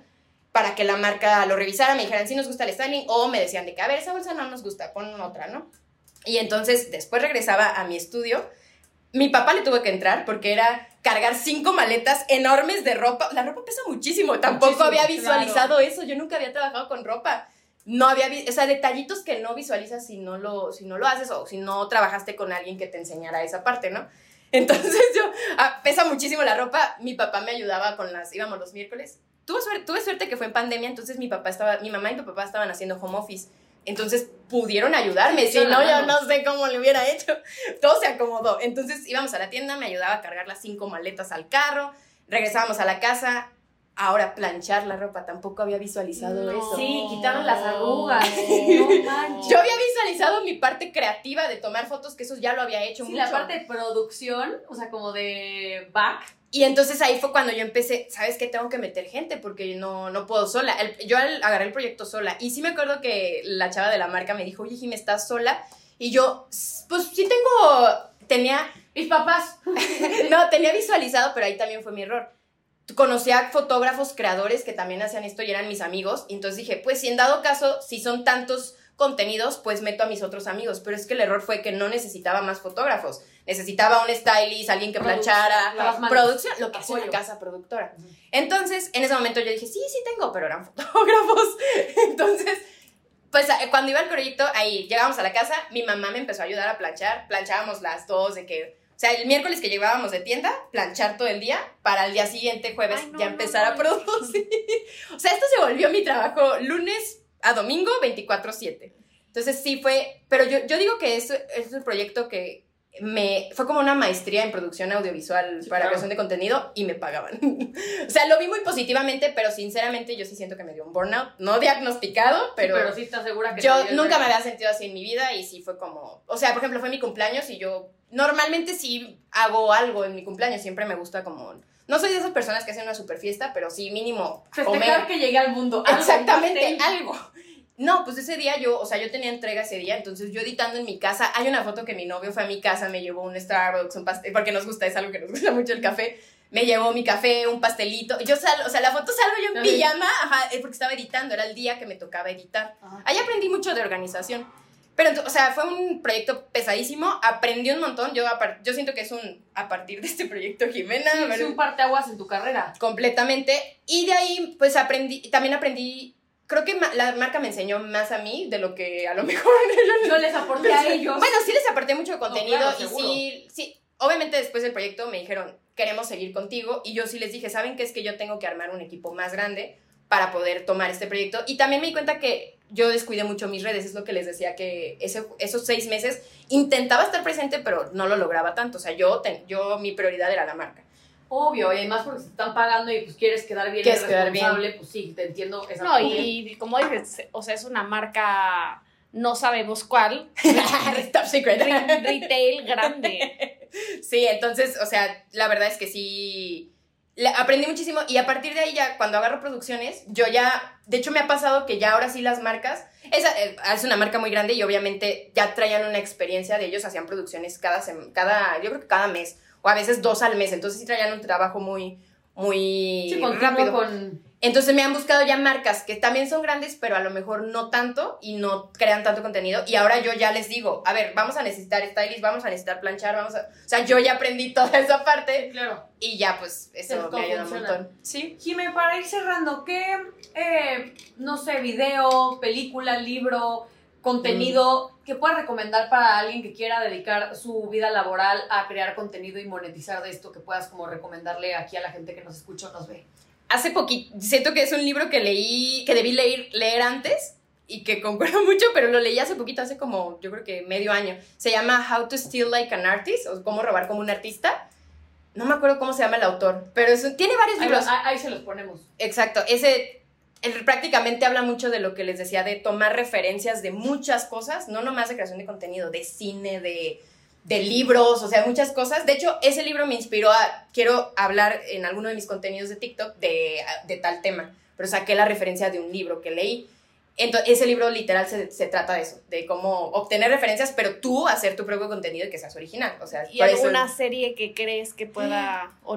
para que la marca lo revisara, me dijeran si nos gusta el styling, o me decían de que, a ver, esa bolsa no nos gusta, pon otra, ¿no? Y entonces después regresaba a mi estudio. Mi papá le tuvo que entrar porque era cargar cinco maletas enormes de ropa. La ropa pesa muchísimo, tampoco muchísimo, había visualizado claro. eso, yo nunca había trabajado con ropa. No había, o sea, detallitos que no visualizas si no lo, si no lo haces o si no trabajaste con alguien que te enseñara esa parte, ¿no? Entonces yo, ah, pesa muchísimo la ropa, mi papá me ayudaba con las, íbamos los miércoles. Tuve suerte, tuve suerte que fue en pandemia, entonces mi papá estaba, mi mamá y mi papá estaban haciendo home office. Entonces pudieron ayudarme, si no, yo no sé cómo lo hubiera hecho. Todo se acomodó. Entonces íbamos a la tienda, me ayudaba a cargar las cinco maletas al carro, regresábamos a la casa. Ahora, planchar la ropa, tampoco había visualizado no, eso. Sí, quitaron las arrugas. No manches. Yo había visualizado mi parte creativa de tomar fotos, que eso ya lo había hecho sí, mucho. La parte de producción, o sea, como de back. Y entonces ahí fue cuando yo empecé, ¿sabes qué? Tengo que meter gente porque no, no puedo sola. El, yo agarré el proyecto sola. Y sí me acuerdo que la chava de la marca me dijo, oye, Jimé, ¿estás sola? Y yo, pues sí tengo, tenía... Mis papás. No, tenía visualizado, pero ahí también fue mi error. Conocí a fotógrafos, creadores que también hacían esto y eran mis amigos. Y entonces dije, pues si en dado caso, si son tantos contenidos, pues meto a mis otros amigos. Pero es que el error fue que no necesitaba más fotógrafos. Necesitaba un stylist, alguien que planchara, producción, lo que hace una casa productora. Uh-huh. Entonces, en ese momento yo dije, sí, sí tengo, pero eran fotógrafos. Entonces, pues cuando iba al proyecto, ahí llegábamos a la casa, mi mamá me empezó a ayudar a planchar. Planchábamos las dos de que... O sea, el miércoles que llegábamos de tienda, planchar todo el día, para el día siguiente, jueves, Ay, no, ya empezar no, no, a producir. O sea, esto se volvió mi trabajo lunes a domingo, veinticuatro siete. Entonces sí fue, pero yo, yo digo que es, es un proyecto que me, fue como una maestría en producción audiovisual sí, para claro. creación de contenido y me pagaban. O sea, lo vi muy positivamente, pero sinceramente yo sí siento que me dio un burnout, no diagnosticado, pero... Sí, pero sí estás segura que... Yo nunca me había sentido así en mi vida y sí fue como... O sea, por ejemplo, fue mi cumpleaños y yo... Normalmente sí hago algo en mi cumpleaños, siempre me gusta como... No soy de esas personas que hacen una super fiesta, pero sí mínimo festejar que llegué al mundo. Exactamente, algo. No, pues ese día yo, o sea, yo tenía entrega ese día, entonces yo editando en mi casa, hay una foto que mi novio fue a mi casa, me llevó un Starbucks, un pastel, porque nos gusta, es algo que nos gusta mucho el café, me llevó mi café, un pastelito, yo salgo, o sea, la foto salgo yo en ¿Sí? pijama, ajá, porque estaba editando, era el día que me tocaba editar. Ajá. Ahí aprendí mucho de organización. Pero, o sea, fue un proyecto pesadísimo, aprendí un montón, yo, yo siento que es un, a partir de este proyecto, Jimena. Sí, es un parteaguas en tu carrera. Completamente, y de ahí, pues, aprendí, también aprendí, creo que ma, la marca me enseñó más a mí de lo que a lo mejor yo, yo les aporté a ellos. Bueno, sí les aporté mucho contenido, no, claro, y seguro. sí, sí, obviamente después del proyecto me dijeron, queremos seguir contigo, y yo sí les dije, ¿saben qué? Es que yo tengo que armar un equipo más grande para poder tomar este proyecto, y también me di cuenta que yo descuidé mucho mis redes, es lo que les decía, que ese, esos seis meses intentaba estar presente, pero no lo lograba tanto, o sea, yo, ten, yo mi prioridad era la marca. Obvio, y además porque se están pagando y pues quieres quedar bien y responsable, pues sí, te entiendo esa No, parte. Y como dices, o sea, es una marca, no sabemos cuál, top secret, re- retail grande. Sí, entonces, o sea, la verdad es que sí... Aprendí muchísimo y a partir de ahí ya cuando agarro producciones, yo ya, de hecho me ha pasado que ya ahora sí las marcas, esa es una marca muy grande y obviamente ya traían una experiencia de ellos, hacían producciones cada, cada yo creo que cada mes o a veces dos al mes, entonces sí traían un trabajo muy, muy sí, rápido. Con... Entonces me han buscado ya marcas que también son grandes, pero a lo mejor no tanto y no crean tanto contenido. Y ahora yo ya les digo, a ver, vamos a necesitar stylist, vamos a necesitar planchar, vamos a... O sea, yo ya aprendí toda esa parte. Sí, claro. Y ya, pues, eso me ayuda un montón. Sí. Jimé, para ir cerrando, ¿qué, eh, no sé, video, película, libro, contenido mm. que puedas recomendar para alguien que quiera dedicar su vida laboral a crear contenido y monetizar de esto, que puedas como recomendarle aquí a la gente que nos escucha o nos ve? Hace poquito, siento que es un libro que leí, que debí leer, leer antes y que concuerdo mucho, pero lo leí hace poquito, hace como, yo creo que medio año. Se llama How to Steal Like an Artist, o Cómo robar como un artista. No me acuerdo cómo se llama el autor, pero es, tiene varios libros. Ahí, ahí se los ponemos. Exacto, ese el, prácticamente habla mucho de lo que les decía, de tomar referencias de muchas cosas, no nomás de creación de contenido, de cine, de... de libros, o sea, muchas cosas. De hecho, ese libro me inspiró a, quiero hablar en alguno de mis contenidos de TikTok de, de tal tema, pero saqué la referencia de un libro que leí. Entonces, ese libro literal se, se trata de eso, de cómo obtener referencias, pero tú hacer tu propio contenido y que seas original. O sea, ¿Y alguna eso... serie que crees que pueda o no?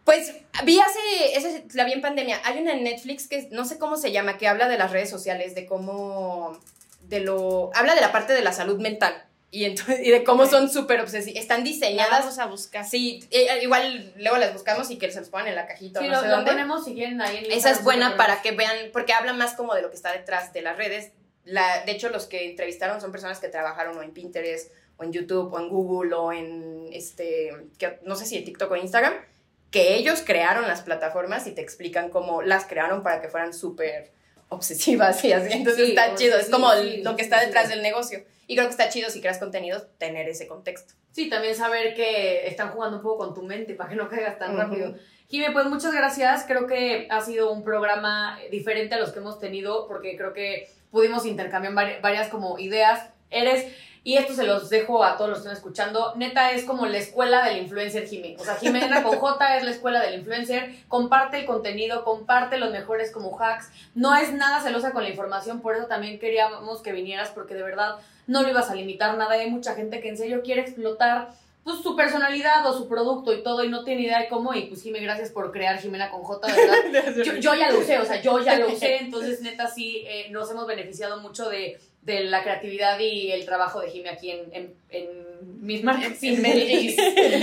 Pues vi hace, ese la vi en pandemia, hay una en Netflix que no sé cómo se llama, que habla de las redes sociales, de cómo, de lo, habla de la parte de la salud mental. Y, entonces, y de cómo son súper obsesivas, están diseñadas. La vamos a buscar. Sí, eh, igual luego las buscamos y que se los pongan en la cajita. Sí, no lo, sé lo dónde. ponemos si quieren ahí en el Esa es buena para ponemos. que vean, porque habla más como de lo que está detrás de las redes. La, de hecho, los que entrevistaron son personas que trabajaron o en Pinterest, o en YouTube, o en Google, o en, este, que, no sé si en TikTok o Instagram, que ellos crearon las plataformas y te explican cómo las crearon para que fueran súper obsesivas y así. Entonces Sí, está o chido, sea, es sí, como sí, lo que sí, está sí, detrás sí. del negocio. Y creo que está chido si creas contenidos, tener ese contexto. Sí, también saber que están jugando un poco con tu mente para que no caigas tan Uh-huh. rápido. Jime, pues muchas gracias. Creo que ha sido un programa diferente a los que hemos tenido porque creo que pudimos intercambiar vari- varias como ideas. Eres, y esto se los dejo a todos los que están escuchando, neta es como la escuela del influencer Jime. O sea, Jimena con J es la escuela del influencer. Comparte el contenido, comparte los mejores como hacks. No es nada celosa con la información, por eso también queríamos que vinieras porque de verdad no lo ibas a limitar nada. Hay mucha gente que en serio quiere explotar pues su personalidad o su producto y todo y no tiene idea de cómo. Y pues Jime, gracias por crear Jimena con J, de verdad. Yo, yo ya lo usé, o sea, yo ya lo usé, entonces neta sí eh, nos hemos beneficiado mucho de, de la creatividad y el trabajo de Jime aquí en, en, en mis marcas. En Melgis.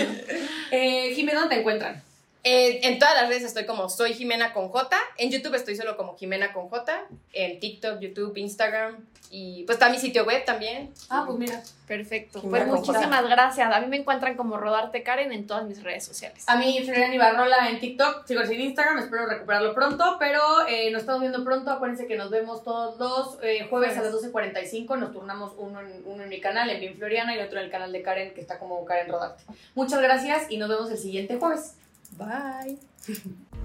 eh, Jime, ¿dónde te encuentran? Eh, en todas las redes estoy como Soy Jimena con J. En YouTube estoy solo como Jimena con J. En TikTok, YouTube, Instagram. Y pues está mi sitio web también. Ah, pues mira. Perfecto. Jimena Pues con J. muchísimas gracias. A mí me encuentran como Rodarte Karen en todas mis redes sociales. A mí, Florian Ibarrola en TikTok, sigo en Instagram, espero recuperarlo pronto, pero eh, nos estamos viendo pronto. Acuérdense que nos vemos todos los eh, jueves a las doce cuarenta y cinco. Nos turnamos uno en, uno en mi canal, en Bien Floriana, y otro en el canal de Karen, que está como Karen Rodarte. Muchas gracias y nos vemos el siguiente jueves. Bye.